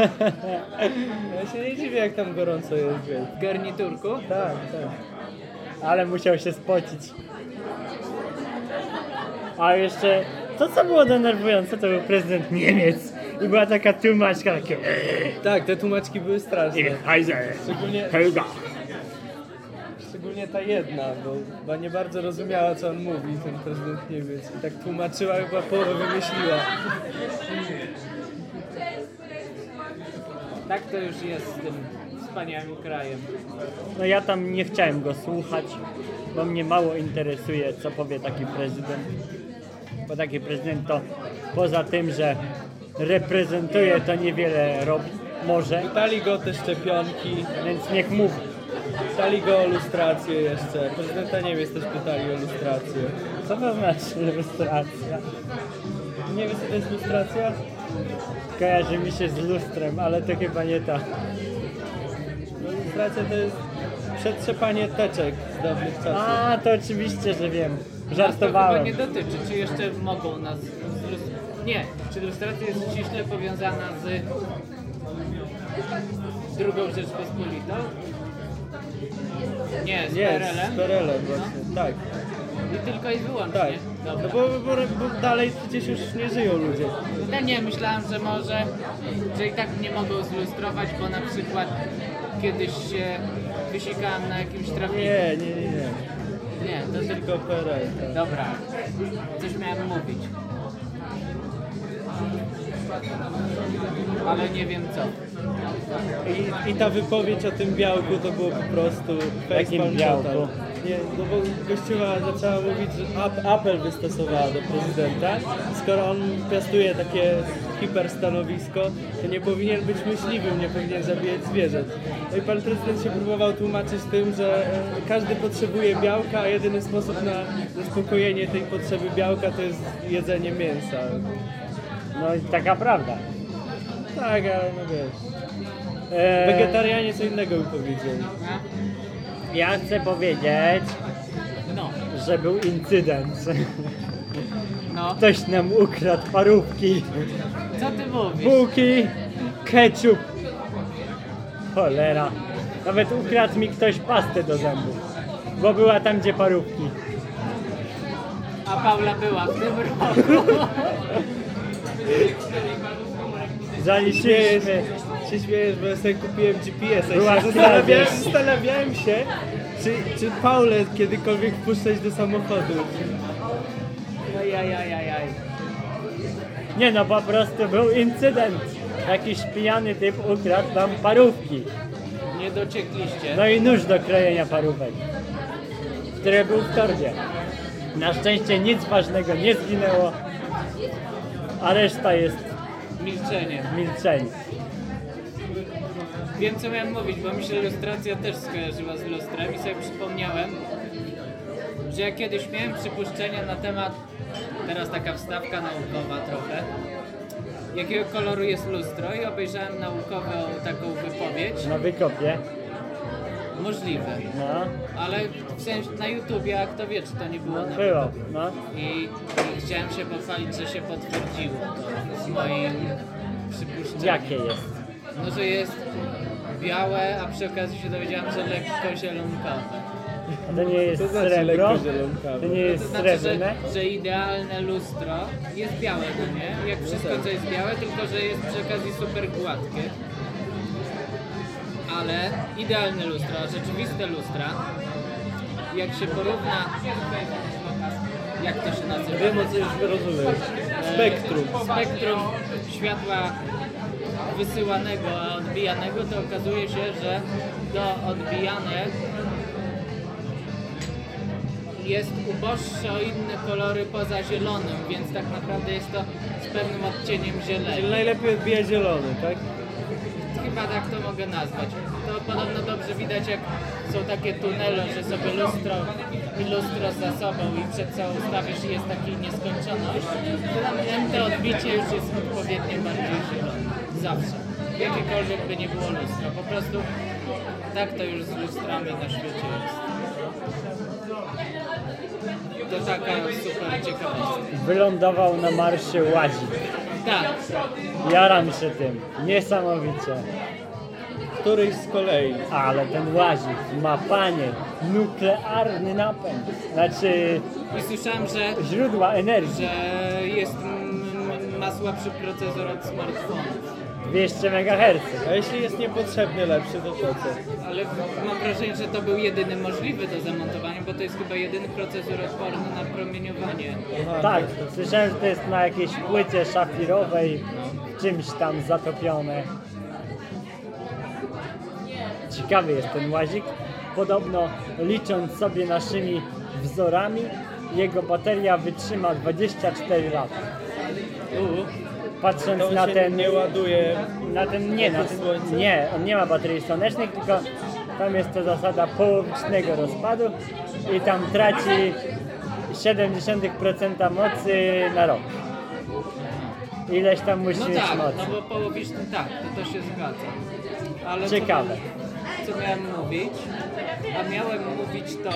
Ja się nie dziwię, jak tam gorąco jest, wiesz. W garniturku? Tak, tak. Ale musiał się spocić. A jeszcze, to co było denerwujące, to był prezydent Niemiec. I była taka tłumaczka, takie Tak, te tłumaczki były straszne. Heiser, Szczególnie, Helga. szczególnie ta jedna, bo chyba nie bardzo rozumiała, co on mówi, ten prezydent Niemiec. I tak tłumaczyła, chyba połowę wymyśliła. Tak to już jest z tym wspaniałym krajem. No ja tam nie chciałem go słuchać, bo mnie mało interesuje, co powie taki prezydent. Bo taki prezydent to poza tym, że reprezentuje, to niewiele robi, może, Pytali go o te szczepionki, więc niech mówi. pytali go o lustrację jeszcze. Prezydenta Niemiec też pytali o lustrację. Co to znaczy lustracja? Nie wiesz, co to jest lustracja? Kojarzy mi się z lustrem, ale to chyba nie to. No, lustracja to jest przetrzepanie teczek z dawnych czasów. A, to oczywiście, że wiem. Nas to chyba Żartowałem. nie dotyczy. Czy jeszcze mogą nas... Nie. Czy lustracja jest ściśle powiązana z drugą Rzeczpospolitą? Nie, z Nie, PRL-em? z PRL-em właśnie, tak. I tylko i wyłącznie. Tak, no Dobra. bo dalej przecież już nie żyją ludzie. No nie, myślałem, że może, że i tak nie mogą zlustrować, bo na przykład kiedyś się wysikałem na jakimś trawniku. Nie. Nie, to tylko... Tylko PRL, tak. Dobra, coś miałem mówić. Ale nie wiem co. I ta wypowiedź o tym białku to było po prostu Jakim facepalm białku? total. Nie, no bo gościuwa zaczęła mówić, że apel wystosowała do prezydenta. Skoro on piastuje takie hiperstanowisko, to nie powinien być myśliwym, nie powinien zabijać zwierząt. No i pan prezydent się próbował tłumaczyć tym, że każdy potrzebuje białka, a jedyny sposób na zaspokojenie tej potrzeby białka to jest jedzenie mięsa. No i taka prawda. Tak, ale no wiesz. Eee, Wegetarianie co innego by powiedzieli. No? ja chcę powiedzieć, No, że był incydent. no. Ktoś nam ukradł parówki, Co ty mówisz? bułki, ketchup. Cholera. Nawet ukradł mi ktoś pastę do zębów. Bo była tam, gdzie parówki. A Paula była w tym roku. Zaliczyliśmy. Się śmiejesz, bo ja sobie kupiłem GPS-a Była i się kradzież. zastanawiałem się, czy Paulę kiedykolwiek wpuszczać do samochodu. Ajajajajaj. Nie no, po prostu był incydent. Jakiś pijany typ ukradł nam parówki. Nie dociekliście. No i nóż do krojenia parówek, który był w torbie. Na szczęście nic ważnego nie zginęło, a reszta jest Milczenie. milczenie. Wiem co miałem mówić, bo mi się lustracja też skojarzyła z lustrem i sobie przypomniałem, że ja kiedyś miałem przypuszczenia na temat, teraz taka wstawka naukowa trochę, jakiego koloru jest lustro i obejrzałem naukową taką wypowiedź. Na wykopie. Możliwe, No, ale w sensie na YouTubie, jak to wie, czy to nie było na było, no. I chciałem się pochwalić, że się potwierdziło to z moim przypuszczeniem. Jakie jest? No, że jest białe, a przy okazji się dowiedziałem, że lekko zielonkowe. A to nie jest To znaczy srebro? lekko zielonkawe. To nie To jest znaczy, srebrne? że idealne lustro jest białe, no nie? Jak wszystko, co jest białe, tylko że jest przy okazji super gładkie. Ale idealne lustro, rzeczywiste lustra, jak się porówna, jak to się nazywa? Wiem, o co już rozumiem. Spektrum. Spektrum światła wysyłanego, a odbijanego, to okazuje się, że to odbijane jest uboższe o inne kolory poza zielonym, więc tak naprawdę jest to z pewnym odcieniem Czyli zieleni. najlepiej odbija zielony, tak? Chyba tak to mogę nazwać. To podobno dobrze widać, jak są takie tunele, że sobie lustro i lustro za sobą i przed sobą ustawisz i jest taka nieskończoność. To tam te odbicie już jest odpowiednio bardziej zielone. Zawsze. Jakiekolwiek by nie było lustro. Po prostu tak to już z lustrami na świecie jest. To taka super ciekawostka. Wylądował na Marsie łazik. Tak. Jaram się tym. Niesamowicie. Któryś z kolei. Ale ten łazik ma, panie, nuklearny napęd. Znaczy I słyszałem, że źródła energii. ma słabszy procesor od smartfonów. 200 MHz. A jeśli jest niepotrzebnie lepszy, to po co? Ale mam wrażenie, że to był jedyny możliwy do zamontowania, bo to jest chyba jedyny procesor odporny na promieniowanie. Tak, słyszałem, że to jest na jakiejś płycie szafirowej, czymś tam zatopione. Ciekawy jest ten łazik. Podobno licząc sobie naszymi wzorami, jego bateria wytrzyma 24 lata. Patrząc To na się ten... nie ładuje. Nie, on nie ma baterii słonecznych, tylko tam jest to zasada połowicznego rozpadu i tam traci 0,7% mocy na rok. Ileś tam musi No mieć tak, mocy. no bo połowiczny tak, to się zgadza. Ale Ciekawe. Co miałem mówić? A miałem mówić to,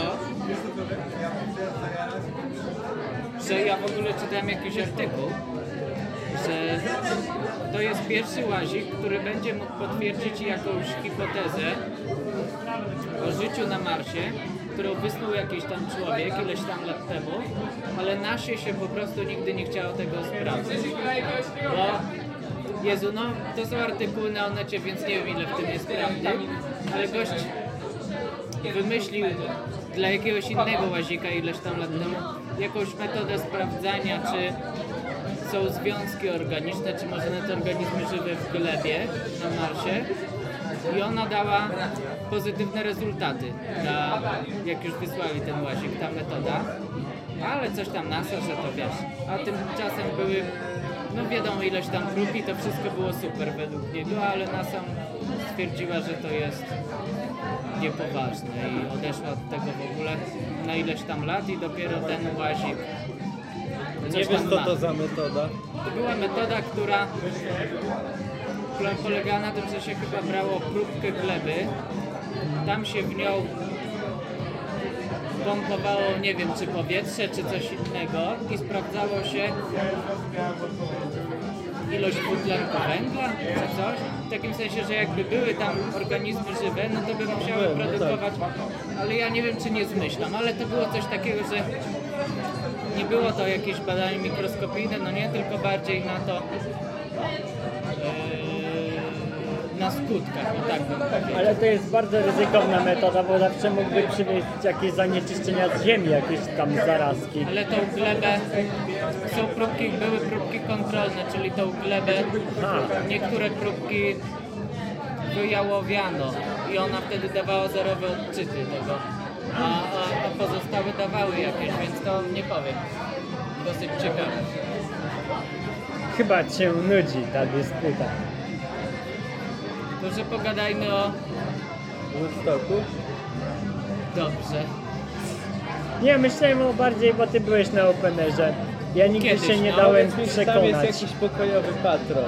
że ja w ogóle czytałem jakiś artykuł, że to jest pierwszy łazik, który będzie mógł potwierdzić jakąś hipotezę o życiu na Marsie, którą wysnuł jakiś tam człowiek ileś tam lat temu, ale nasie się po prostu nigdy nie chciało tego sprawdzić. Bo, Jezu, no to są artykuły na Onecie, więc nie wiem ile w tym jest prawdy, ale gość wymyślił dla jakiegoś innego łazika ileś tam lat temu jakąś metodę sprawdzania, czy są związki organiczne, czy może nawet organizmy żywe w glebie na Marsie. I ona dała pozytywne rezultaty, jak już wysłali ten łazik, ta metoda. Ale coś tam NASA, że to wiesz. A tymczasem były, no wiadomo, ileś tam prób i to wszystko było super według niego, ale NASA stwierdziła, że to jest niepoważne i odeszła od tego w ogóle na ileś tam lat i dopiero ten łazik Nie wiesz, co to za metoda? To była metoda, która polegała na tym, że się chyba brało próbkę gleby, tam się w nią pompowało, nie wiem, czy powietrze, czy coś innego i sprawdzało się ilość dwutlenku węgla, czy coś. W takim sensie, że jakby były tam organizmy żywe, no to by musiały produkować, ale ja nie wiem, czy nie zmyślam, ale to było coś takiego, że nie było to jakieś badanie mikroskopijne, no nie, tylko bardziej na to, na skutkach, no tak bym powiedział. Ale to jest bardzo ryzykowna metoda, bo zawsze mógłby przywieźć jakieś zanieczyszczenia z ziemi, jakieś tam zarazki. Ale tą glebę, są próbki, były próbki kontrolne, czyli tą glebę, niektóre próbki wyjałowiano i ona wtedy dawała zerowe odczyty tego, a pozostałe dawały jakieś, więc to nie powiem. Dosyć ciekawe. Chyba cię nudzi ta dysputa. Może pogadajmy o... Woodstocku? Dobrze. Nie, myślałem o bardziej, bo ty byłeś na Openerze. Ja nigdy Kiedyś, się nie no. dałem Powiedz mi, czy tam jest przekonać. jakiś pokojowy patrol,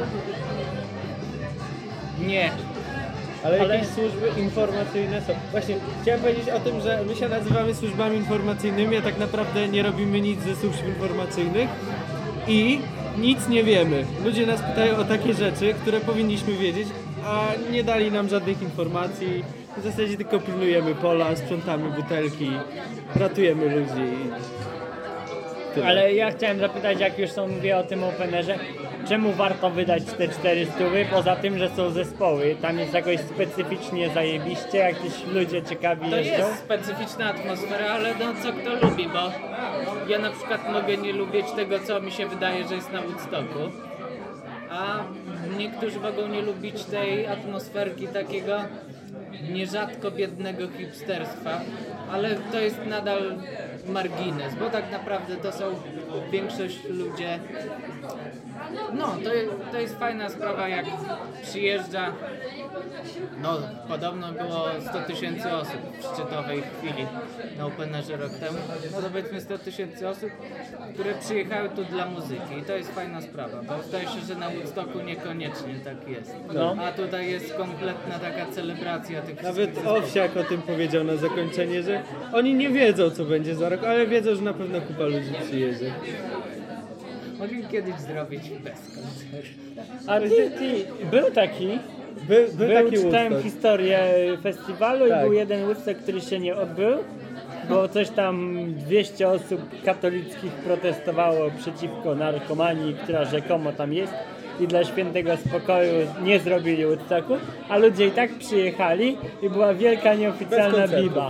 Nie. ale Ale- jakieś służby informacyjne są. Właśnie chciałem powiedzieć o tym, że my się nazywamy służbami informacyjnymi, a tak naprawdę nie robimy nic ze służb informacyjnych i nic nie wiemy. Ludzie nas pytają o takie rzeczy, które powinniśmy wiedzieć, a nie dali nam żadnych informacji. W zasadzie tylko pilnujemy pola, sprzątamy butelki, ratujemy ludzi. i tyle. Ale ja chciałem zapytać, jak już mówię o tym openerze, czemu warto wydać te 400, poza tym, że są zespoły? Tam jest jakoś specyficznie zajebiście, jakieś ludzie ciekawi To jeżdżą? jest specyficzna atmosfera, ale no co kto lubi, bo ja na przykład mogę nie lubić tego, co mi się wydaje, że jest na Woodstocku, a niektórzy mogą nie lubić tej atmosferki takiego nierzadko biednego hipsterstwa, ale to jest nadal margines, bo tak naprawdę to są większość ludzie. No, to jest fajna sprawa, jak przyjeżdża, no podobno było 100 000 osób w szczytowej chwili na Openerze rok temu, no to powiedzmy 100 000 osób, które przyjechały tu dla muzyki i to jest fajna sprawa, bo zdaje się, że na Woodstocku niekoniecznie tak jest, No. a tutaj jest kompletna taka celebracja tych Nawet wszystkich zespołów. Owsiak o tym powiedział na zakończenie, że oni nie wiedzą, co będzie za rok, ale wiedzą, że na pewno kupa ludzi przyjedzie. Mogli kiedyś zrobić bez koncertu. A był taki, Był taki czytałem Woodstock. historię festiwalu Tak. i był jeden Woodstock, który się nie odbył, bo coś tam 200 osób katolickich protestowało przeciwko narkomanii, która rzekomo tam jest i dla świętego spokoju nie zrobili Woodstocku, a ludzie i tak przyjechali i była wielka Bez nieoficjalna koncertu. biba.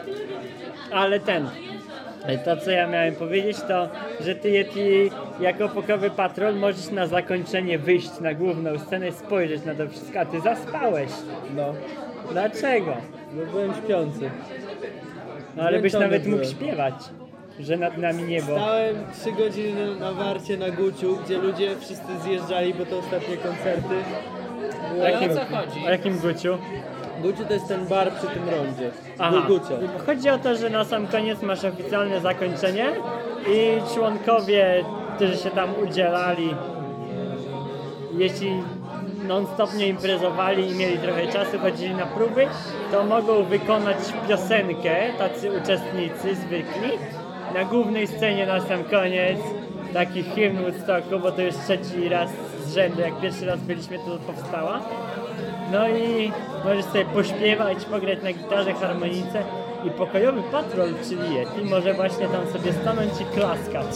Ale to co ja miałem powiedzieć to, że ty Yeti jako pokojowy patrol możesz na zakończenie wyjść na główną scenę, spojrzeć na to wszystko, a ty zaspałeś. No, Dlaczego? bo byłem śpiący. No ale byś Zmęczony nawet mógł byłem. śpiewać, że nad nami niebo. Stałem 3 godziny na warcie na Guciu, gdzie ludzie wszyscy zjeżdżali, bo to ostatnie koncerty. Było- Ale o co chodzi? O jakim Guciu? Guciu to jest ten bar przy tym rondzie. Aha. Gucio. Chodzi o to, że na sam koniec masz oficjalne zakończenie i członkowie, którzy się tam udzielali, jeśli non-stop nie imprezowali i mieli trochę czasu, chodzili na próby, to mogą wykonać piosenkę, tacy uczestnicy zwykli, na głównej scenie na sam koniec, taki hymn Woodstocku, bo to już 3. raz z rzędu, jak pierwszy raz byliśmy, to powstała. No i możesz sobie pośpiewać, pograć na gitarze, harmonice i pokojowy patrol, czyli Yeti, może właśnie tam sobie stanąć i klaskać.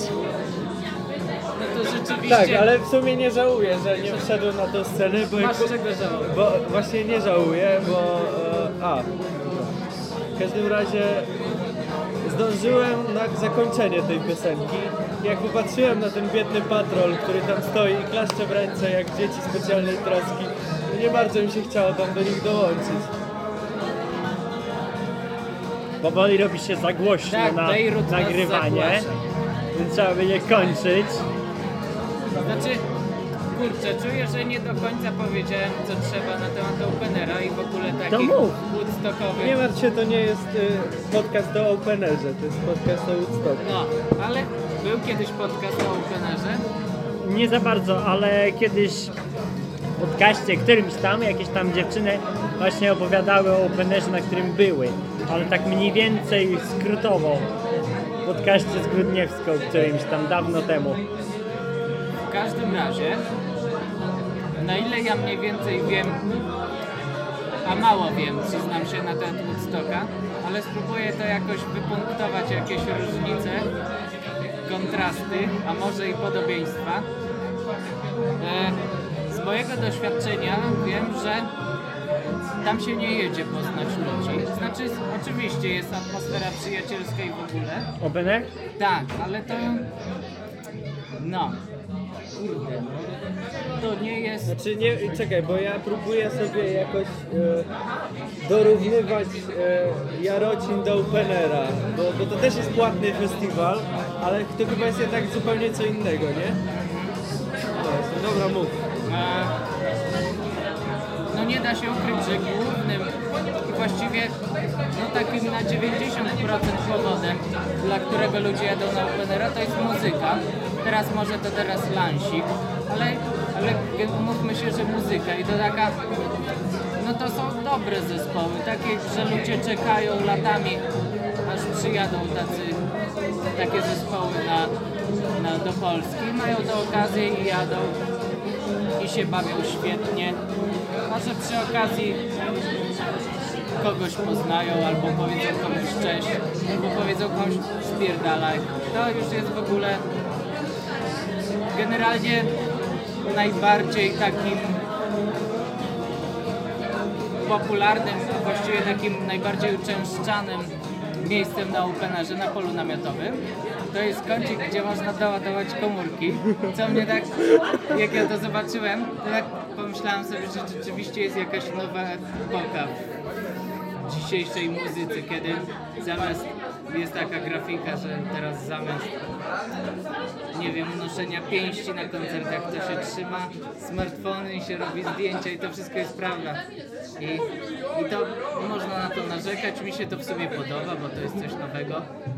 No to rzeczywiście Tak, ale w sumie nie żałuję, że nie wszedłem na tę scenę, bo, masz czego żałować. bo właśnie nie żałuję, bo w każdym razie zdążyłem na zakończenie tej piosenki. Jak popatrzyłem na ten biedny patrol, który tam stoi i klaszcze w ręce jak dzieci specjalnej troski, to nie bardzo mi się chciało tam do nich dołączyć. Powoli robi się za głośno Tak, na Bejrut nas nagrywanie, zagłasza. więc trzeba będzie kończyć. Znaczy, kurczę, czuję, że nie do końca powiedziałem, co trzeba na temat Openera i w ogóle takich mów. woodstockowych. Nie martw się, to nie jest podcast o Openerze, to jest podcast o Woodstocku. No, ale był kiedyś podcast o Openerze. Nie za bardzo, ale kiedyś w podcaście którymś tam, jakieś tam dziewczyny właśnie opowiadały o Openerze, na którym były, ale tak mniej więcej skrótowo w podcaście z Grudniewską którymś tam dawno temu. W każdym razie, na ile ja mniej więcej wiem, a mało wiem, przyznam się na temat Woodstocka, ale spróbuję to jakoś wypunktować, jakieś różnice, kontrasty, a może i podobieństwa. Z mojego doświadczenia wiem, że tam się nie jedzie poznać ludzi. Znaczy, oczywiście jest atmosfera przyjacielska i w ogóle. Opener? Tak, ale to... No. Kurde, no. To nie jest... Znaczy nie, czekaj, bo ja próbuję sobie jakoś dorównywać Jarocin do Openera, bo to też jest płatny festiwal, ale to chyba jest jednak zupełnie co innego, nie? No, dobra, mów. No nie da się ukryć, że głównym i właściwie takim na 90% powodem, dla którego ludzie jadą na Openera, to jest muzyka. Może to lansik, ale mówmy się, że muzyka i to taka, to są dobre zespoły, takie, że ludzie czekają latami, aż przyjadą takie zespoły do Polski, mają tę okazję i jadą i się bawią świetnie. Może przy okazji kogoś poznają, albo powiedzą komuś cześć, albo powiedzą komuś spierdalaj. To już jest w ogóle generalnie najbardziej takim popularnym, a właściwie takim najbardziej uczęszczanym miejscem na Openerze, na polu namiotowym. To jest kącik, gdzie można doładować komórki, co mnie tak, jak ja to zobaczyłem, to tak pomyślałem sobie, że rzeczywiście jest jakaś nowa epoka w dzisiejszej muzyce, kiedy jest taka grafika, że teraz zamiast, nie wiem, noszenia pięści na koncertach, to się trzyma smartfony i się robi zdjęcia i to wszystko jest prawda. I to można na to narzekać, mi się to w sumie podoba, bo to jest coś nowego.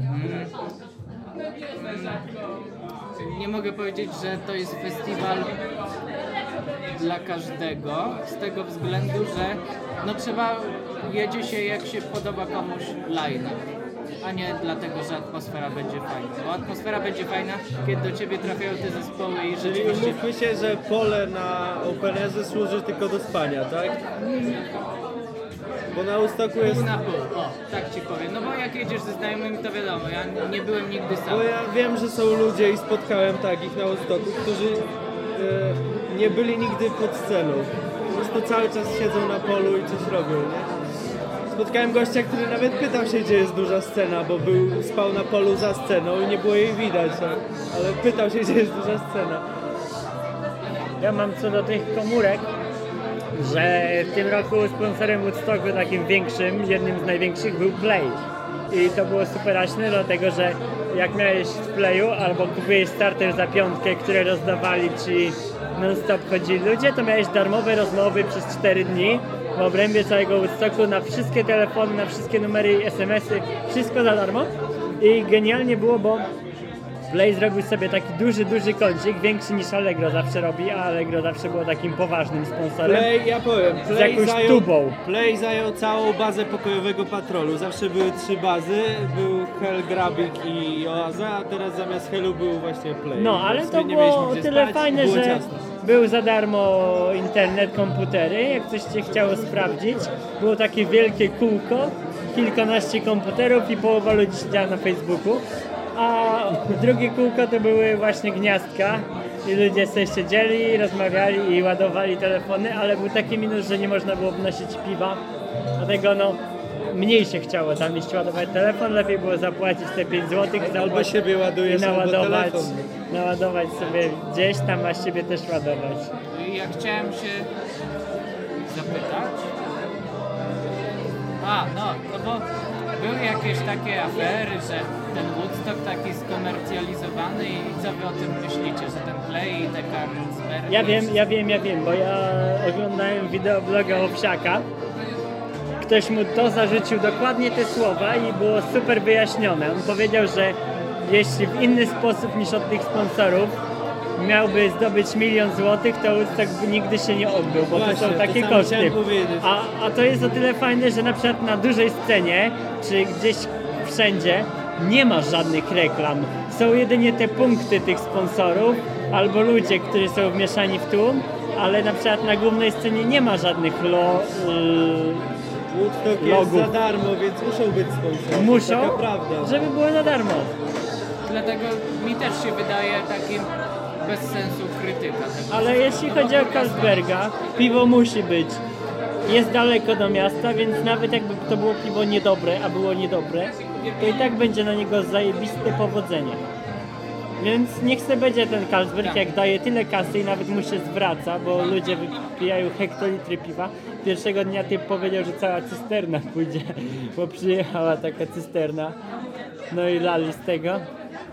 Nie mogę powiedzieć, że to jest festiwal dla każdego, z tego względu, że jedzie się jak się podoba komuś line-up, a nie dlatego, że atmosfera będzie fajna. Bo atmosfera będzie fajna, kiedy do ciebie trafiają te zespoły i Czyli rzeczywiście... umówmy się, że pole na Openerze służy tylko do spania, tak? Bo na Woodstocku jest... Pół na pół, tak ci powiem. Bo jak jedziesz ze znajomymi, to wiadomo, ja nie byłem nigdy sam. Bo ja wiem, że są ludzie i spotkałem takich na Woodstocku, którzy nie byli nigdy pod sceną. Po prostu cały czas siedzą na polu i coś robią, nie? Spotkałem gościa, który nawet pytał się, gdzie jest duża scena, bo spał na polu za sceną i nie było jej widać, tak? Ale pytał się, gdzie jest duża scena. Ja mam co do tych komórek, że w tym roku sponsorem Woodstocku takim większym, jednym z największych był Play. I to było superaśne, dlatego że jak miałeś w Playu albo kupiłeś starter za 5, które rozdawali ci non-stop chodzili ludzie, to miałeś darmowe rozmowy przez 4 dni w obrębie całego Woodstocku na wszystkie telefony, na wszystkie numery i SMS-y, wszystko za darmo. I genialnie było, bo Play zrobił sobie taki duży kącik, większy niż Allegro zawsze robi, a Allegro zawsze było takim poważnym sponsorem. Play, ja powiem, z jakąś tubą. Play zajął całą bazę pokojowego patrolu. Zawsze były 3 bazy, był Hell, Grabik i Oaza, a teraz zamiast Hellu był właśnie Play. No, ale Więc to my nie mieliśmy było gdzie tyle spać, fajne, było że ciasno. był za darmo internet, komputery, jak coś cię chciało sprawdzić. Było takie wielkie kółko, kilkanaście komputerów i połowa ludzi siedziała na Facebooku. A drugie kółko to były właśnie gniazdka i ludzie sobie siedzieli, rozmawiali i ładowali telefony, ale był taki minus, że nie można było wnosić piwa, dlatego mniej się chciało tam iść ładować telefon, lepiej było zapłacić te 5 zł Albo siebie ładujesz, i naładować, naładować sobie gdzieś tam, a siebie też ładować. Ja chciałem się zapytać. Bo były jakieś takie afery, że ten Woodstock taki skomercjalizowany i co wy o tym myślicie, że ten Play i te Carlsberg... Ja wiem, bo ja oglądałem wideobloga Owsiaka. Ktoś mu to zarzucił dokładnie te słowa i było super wyjaśnione. On powiedział, że jeśli w inny sposób niż od tych sponsorów miałby zdobyć 1 000 000 złotych, to Woodstock nigdy się nie odbył, bo Właśnie, to są takie to samo koszty. chciałem powiedzieć. A to jest o tyle fajne, że na przykład na dużej scenie, czy gdzieś wszędzie nie ma żadnych reklam. Są jedynie te punkty tych sponsorów, albo ludzie, którzy są wmieszani w tłum, ale na przykład na głównej scenie nie ma żadnych Woodstock jest logów. za darmo, więc muszą być sponsorem. Muszą, Taka prawda. żeby było za darmo. Dlatego mi też się wydaje takim bez sensu krytyka tego. Ale jeśli chodzi o Carlsberga, piwo musi być. Jest daleko do miasta, więc nawet jakby to było piwo niedobre, a było niedobre, to i tak będzie na niego zajebiste powodzenie. Więc niech sobie będzie ten Carlsberg, jak daje tyle kasy i nawet mu się zwraca, bo ludzie wypijają hektolitry piwa. Pierwszego dnia typ powiedział, że cała cysterna pójdzie, bo przyjechała taka cysterna. No i lali z tego.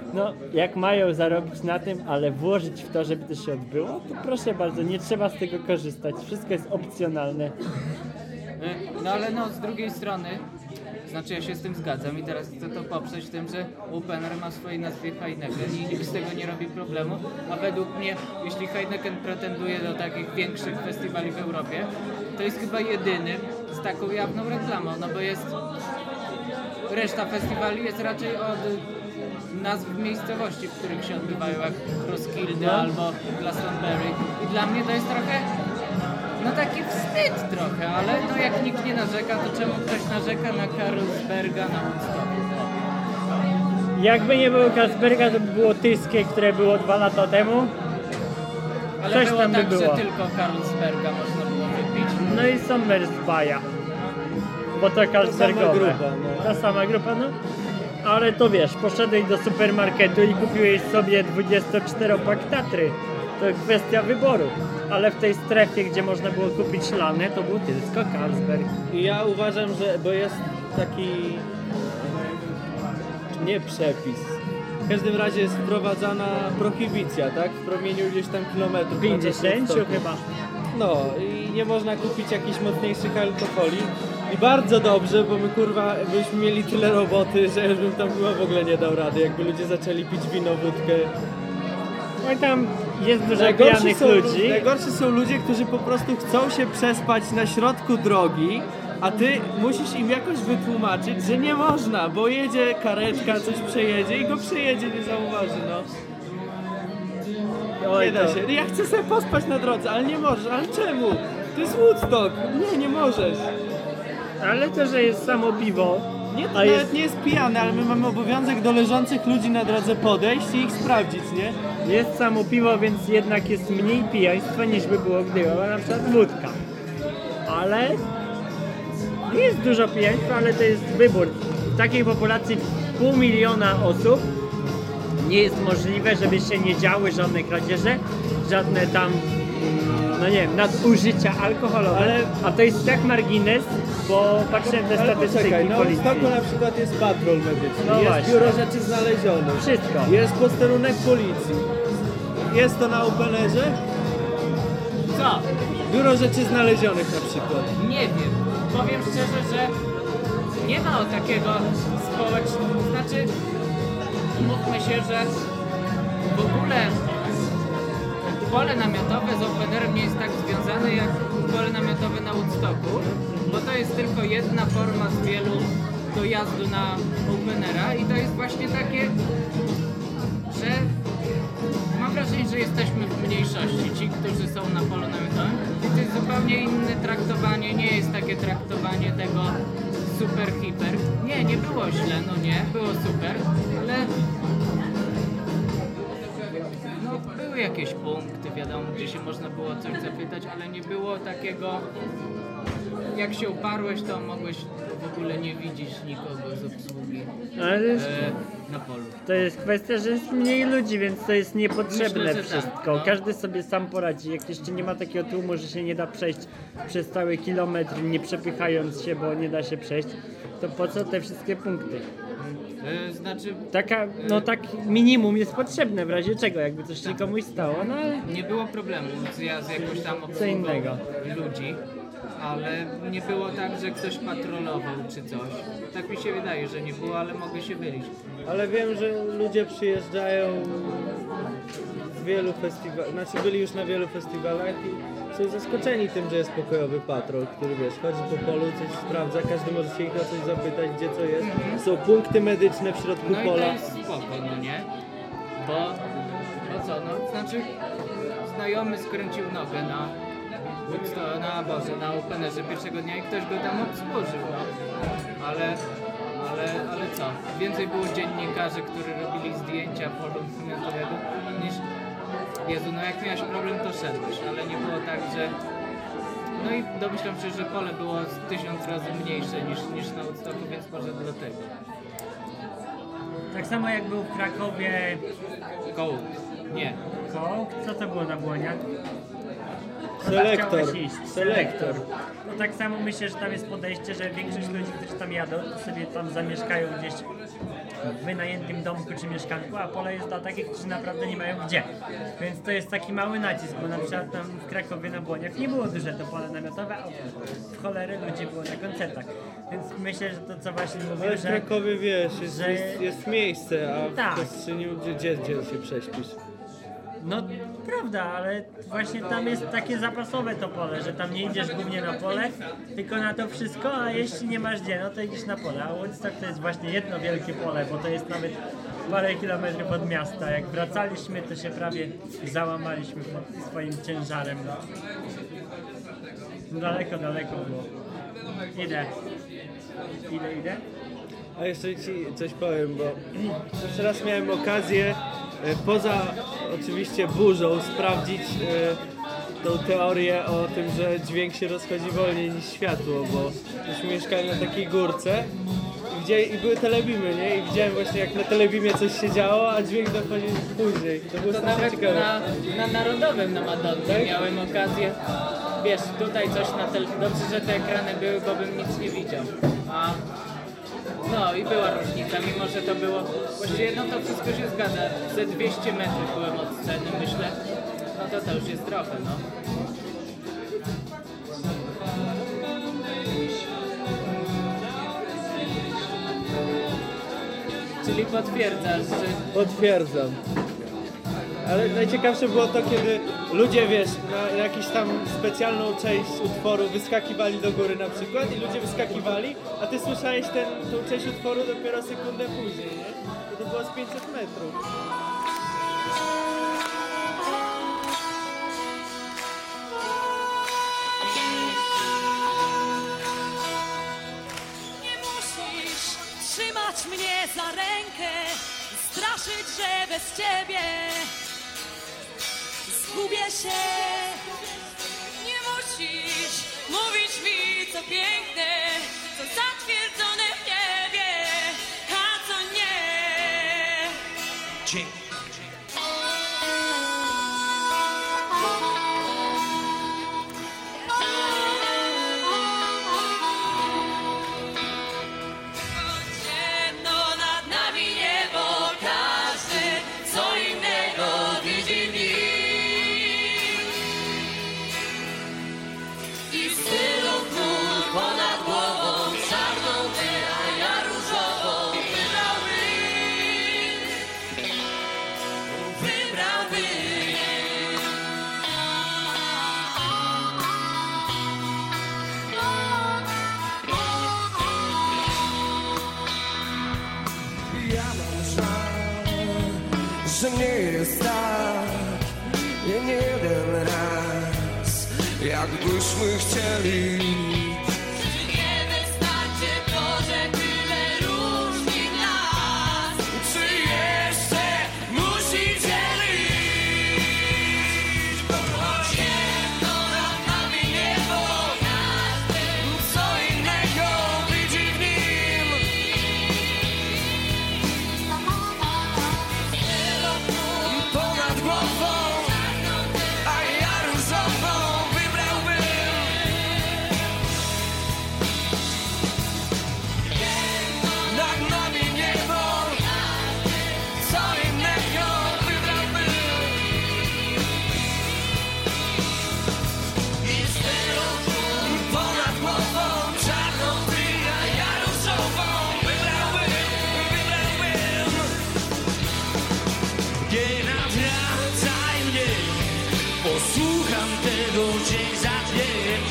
No, jak mają zarobić na tym, ale włożyć w to, żeby to się odbyło, to proszę bardzo, nie trzeba z tego korzystać. Wszystko jest opcjonalne. No ale no, z drugiej strony, znaczy ja się z tym zgadzam i teraz chcę to poprzeć tym, że Opener ma w swojej nazwie Heineken i nikt z tego nie robi problemu, a według mnie, jeśli Heineken pretenduje do takich większych festiwali w Europie, to jest chyba jedynym z taką jawną reklamą, no bo jest... Reszta festiwali jest raczej od nazw miejscowości, w których się odbywają, jak Roskilde albo Glastonbury. I dla mnie to jest trochę, no taki wstyd trochę, ale no jak nikt nie narzeka, to czemu ktoś narzeka na Carlsberga, na Woodstocku? Jakby nie było Carlsberga, to by było Tyskie, które było 2 lata temu. Ale Coś było tam by tak, było. że tylko Carlsberga można było wypić. No i Sommersbaja. Bo to Carlsbergowe. sama grupa, no. Ta sama grupa, no. Ale to wiesz, poszedłeś do supermarketu i kupiłeś sobie 24-pak Tatry. To kwestia wyboru. Ale w tej strefie, gdzie można było kupić lane, to był tylko Carlsberg. I ja uważam, że, bo jest taki, nie przepis, w każdym razie jest wprowadzana prohibicja, tak? W promieniu ileś tam kilometrów. 50 na Woodstocku. chyba. No i nie można kupić jakichś mocniejszych alkoholi. I bardzo dobrze, bo my kurwa byśmy mieli tyle roboty, że już bym tam chyba w ogóle nie dał rady, jakby ludzie zaczęli pić wino, wódkę. No i tam jest dużo pijanych ludzi. Najgorsi są ludzie, którzy po prostu chcą się przespać na środku drogi, a ty musisz im jakoś wytłumaczyć, że nie można, bo jedzie karetka, coś przejedzie i go przejedzie, nie zauważy, no. Oj, Nie da to- się. Ja chcę sobie pospać na drodze, ale nie możesz. Ale czemu? To jest Woodstock. Nie możesz. Ale to, że jest samo piwo, Nie, to a nawet jest, nie jest pijany, ale my mamy obowiązek do leżących ludzi na drodze podejść i ich sprawdzić, nie? jest samo piwo, więc jednak jest mniej pijaństwa niż by było, gdyby była na przykład wódka. Ale nie jest dużo pijaństwa, ale to jest wybór. W takiej populacji 500 000 osób nie jest możliwe, żeby się nie działy żadne kradzieże, żadne tam, no nie wiem, nadużycia alkoholowe. Ale- A to jest tak margines, bo patrzyłem te Ale statystyki poczekaj, na policji. Woodstocku na przykład jest patrol medyczny, No jest właśnie. biuro rzeczy znalezionych, Wszystko. jest posterunek policji. Jest to na Openerze? Co? Biuro rzeczy znalezionych na przykład. Nie wiem. Powiem szczerze, że nie ma takiego społecznego, znaczy umówmy się, że w ogóle pole namiotowe z Openerem nie jest tak związane jak pole namiotowe na Woodstocku, bo to jest tylko jedna forma z wielu dojazdu na Openera i to jest właśnie takie, że mam wrażenie, że jesteśmy w mniejszości, ci, którzy są na polu namiotowym i to jest zupełnie inne traktowanie, nie jest takie traktowanie tego super hiper. Nie było źle, no nie, było super, ale no były jakieś punkty, wiadomo, gdzie się można było coś zapytać, ale nie było takiego, jak się uparłeś, to mogłeś w ogóle nie widzieć nikogo z obsługi Ale to jest, na polu. to jest kwestia, że jest mniej ludzi, więc to jest niepotrzebne Myślę, że tak, wszystko. no. Każdy sobie sam poradzi. Jak jeszcze nie ma takiego tłumu, że się nie da przejść przez cały kilometr, nie przepychając się, bo nie da się przejść, to po co te wszystkie punkty? Znaczy, Taka, no tak minimum jest potrzebne w razie czego, jakby coś się komuś stało, no ale nie było problemu z jakąś tam obsługą innego. ludzi, ale nie było tak, że ktoś patrolował czy coś. Tak mi się wydaje, że nie było, ale mogę się mylić. Ale wiem, że ludzie przyjeżdżają z wielu festiwalach, znaczy byli już na wielu festiwalach i są zaskoczeni tym, że jest pokojowy patrol, który wiesz, chodzi po polu, coś sprawdza, każdy może się ich o coś zapytać, gdzie co jest. Są punkty medyczne w środku No i to pola. jest spoko, no nie? Bo, no co, no znaczy znajomy skręcił nogę na Openerze pierwszego dnia i ktoś go tam obsłużył, no. Ale co? Więcej było dziennikarzy, którzy robili zdjęcia polu namiotowego niż... Jezu, no jak miałeś problem, to szedłeś, ale nie było tak, że... No i domyślam się, że pole było 1000 razy mniejsze niż na Woodstocku, więc może dlatego. tak samo jak był w Krakowie Kołd. Nie. kołk, co to było na błoniach? Selektor. Chciałeś iść. Selektor. No tak samo myślę, że tam jest podejście, że większość ludzi, którzy tam jadą, to sobie tam zamieszkają gdzieś w wynajętym domku czy mieszkanku, a pole jest dla takich, którzy naprawdę nie mają gdzie. Więc to jest taki mały nacisk, bo na przykład tam w Krakowie na Błoniach nie było duże to pole namiotowe, a w cholerę ludzi było na koncertach. Więc myślę, że to co właśnie mówię, Ale w że... Krakowie wiesz, że- jest miejsce, a Tak. w Kostrzyniu gdzie się prześpisz? No prawda, ale właśnie tam jest takie zapasowe to pole, że tam nie idziesz głównie na pole, tylko na to wszystko, a jeśli nie masz gdzie, no to idziesz na pole. A Woodstock to jest właśnie jedno wielkie pole, bo to jest nawet parę kilometrów od miasta. Jak wracaliśmy, to się prawie załamaliśmy pod swoim ciężarem. Daleko było. Idę. A jeszcze ci coś powiem, bo jeszcze raz miałem okazję poza oczywiście burzą sprawdzić tą teorię o tym, że dźwięk się rozchodzi wolniej niż światło, bo już mieszkałem na takiej górce i były telebimy, nie? I widziałem właśnie jak na telebimie coś się działo, a dźwięk dochodził później. To było To strasznie nawet ciekawe. na Narodowym na Madonnie miałem okazję, wiesz, tutaj coś na dobrze, że te ekrany były, bo bym nic nie widział. No i była różnica, mimo że to było, właściwie no to wszystko się zgadza, ze 200 metrów byłem od sceny, myślę, no to już jest trochę, no. Czyli potwierdzasz, że... Potwierdzam. Ale najciekawsze było to, kiedy ludzie, wiesz, na jakiś tam specjalną część utworu wyskakiwali do góry na przykład i ludzie wyskakiwali, a ty słyszałeś tą część utworu dopiero sekundę później, nie? To było z 500 metrów. Nie musisz trzymać mnie za rękę, straszyć, że bez ciebie zgubię się. Nie musisz mówić mi, co piękne, co zatwierdzone w niebie, a co nie. Ciemno nad nami niebo, każdy co innego widzi w nim. I z tylu chmur ponad głową, czarną ty, a ja różową wybrałbym. Ja mam żal, że nie jest tak, nie jeden raz, jakbyśmy chcieli. Czy nie wystarczy to, że tyle różni nas? Czy jeszcze musi dzielić? Ciemno nad nami niebo, każdy Co innego widzi w nim? Ponad głową, a ja różową wybrałbym. Nad nami niebo, co innego wybrałbym. I z tylu chmur ponad głową, czarną ty, a ja różową wybrałbym. Nie nawracaj mnie, posłucham tego dzień za dniem.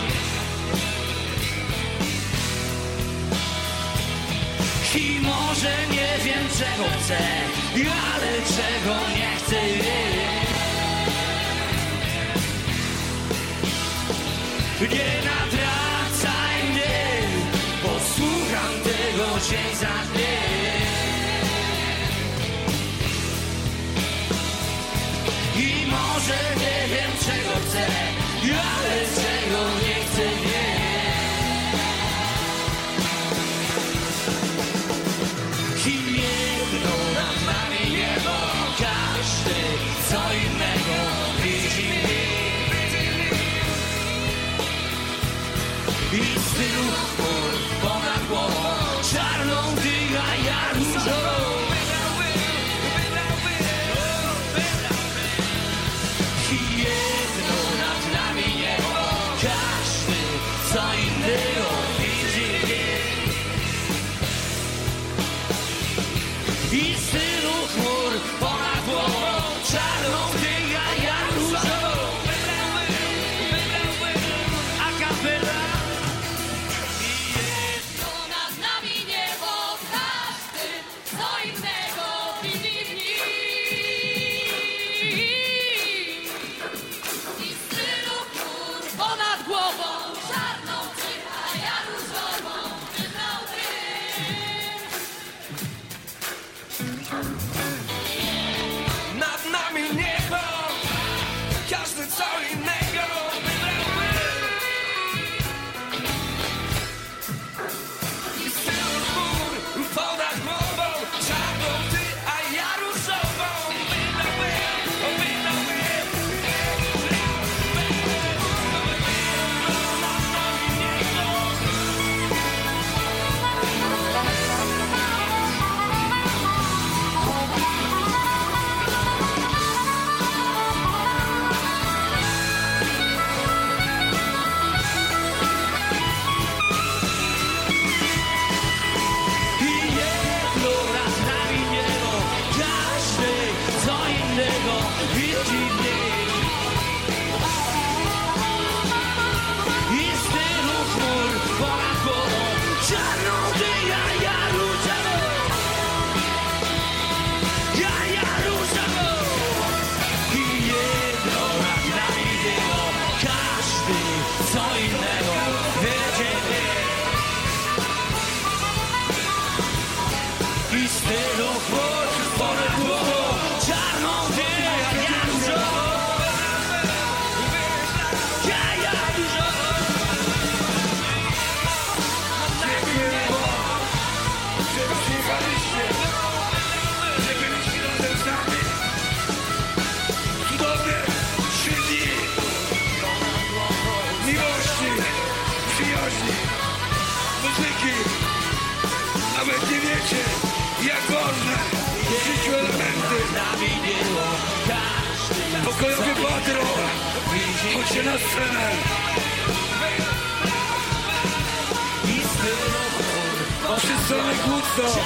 I może nie wiem czego chcę, ale czego nie chcę wiedzieć. Nie nawracaj mnie, posłucham tego dzień za dniem. I może nie wiem czego chcę, ale czego nie chcę wiedzieć. I jedno nad nami niebo, każdy co innego widzi. I z tylu chmur ponad głową, czarną ty, a ja różową i synu chmur ponad głową czarną dyga ja różową. Wybrałbym a capella. To nad nami niebo, każdy co innego widzi. I stylu chmur ponad głową czarną dyga ja różową wybrałbym. Nad nami niebo, każdy co innego wybrałby. I stylu chmur ponad głową czarną ty, a ja różową wybrałby. Nad nami niebo. I jedno nad nami niebo, każdy co innego widzi w niej. I stylu chmur ponad głową czarną dyga ja różową. Ja różową. I jedno nad nami niebo, każdy co innego widzi w niej. I stylu chmur ponad głową czarną dyga ja różową. Ja różową. Dziękuję wam, że przyjechaliście, że byliście razem z nami. Cudowne 3 dni miłości, przyjaźni, muzyki. Nawet nie wiecie, jak ważne w życiu elementy. Pokojowy patron, chodźcie na scenę. Przystanek Woodstock.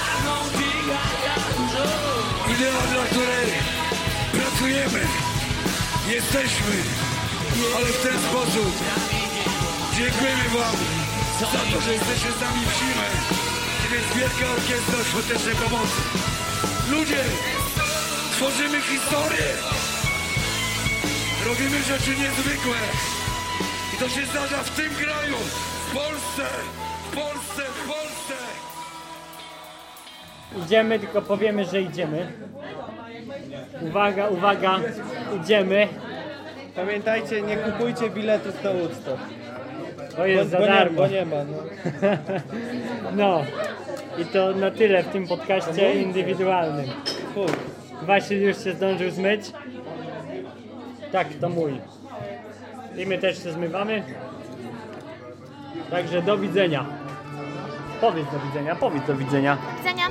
Idea, dla której pracujemy, jesteśmy, ale w ten sposób dziękujemy wam za to, że jesteście z nami w zimę. To jest wielka orkiestra świątecznej pomocy. Ludzie, tworzymy historię. Robimy rzeczy niezwykłe. I to się zdarza w tym kraju, w Polsce, w Polsce, w Polsce. Idziemy, tylko powiemy, że idziemy. Uwaga, uwaga, idziemy. Pamiętajcie, nie kupujcie biletów na Woodstock. To jest za Bo darmo. nie ma. No. No. I to na tyle w tym podcaście indywidualnym. Fuj. Wasil już się zdążył zmyć. Tak, to mój. I my też się zmywamy. Także do widzenia. Powiedz do widzenia, powiedz do widzenia. Widzenia.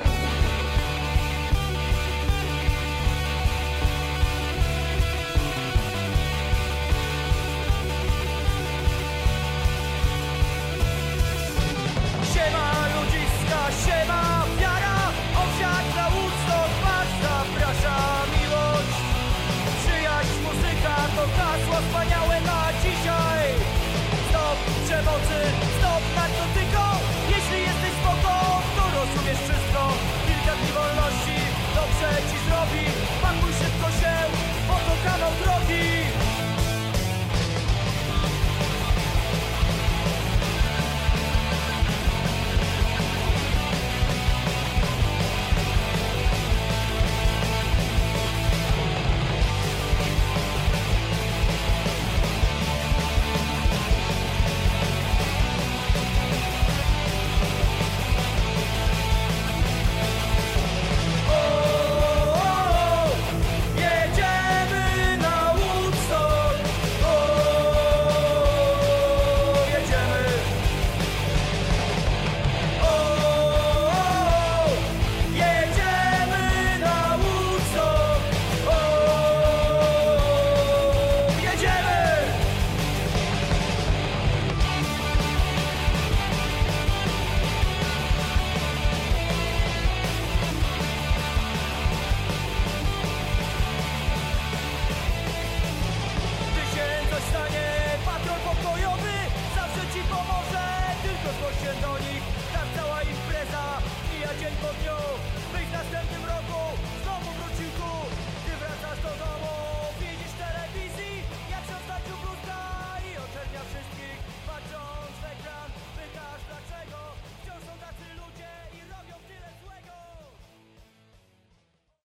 Siema ludziska, siema wiara, owsiak na Woodstock was zaprasza miłość. Przyjaźń, muzyka to hasło wspaniałe na dzisiaj. Stop przemocy, stop narkotykom. Jeśli jesteś spoko, to rozumiesz wszystko. Kilka dni wolności dobrze ci zrobi. Pakuj szybko się, oto kawał drogi.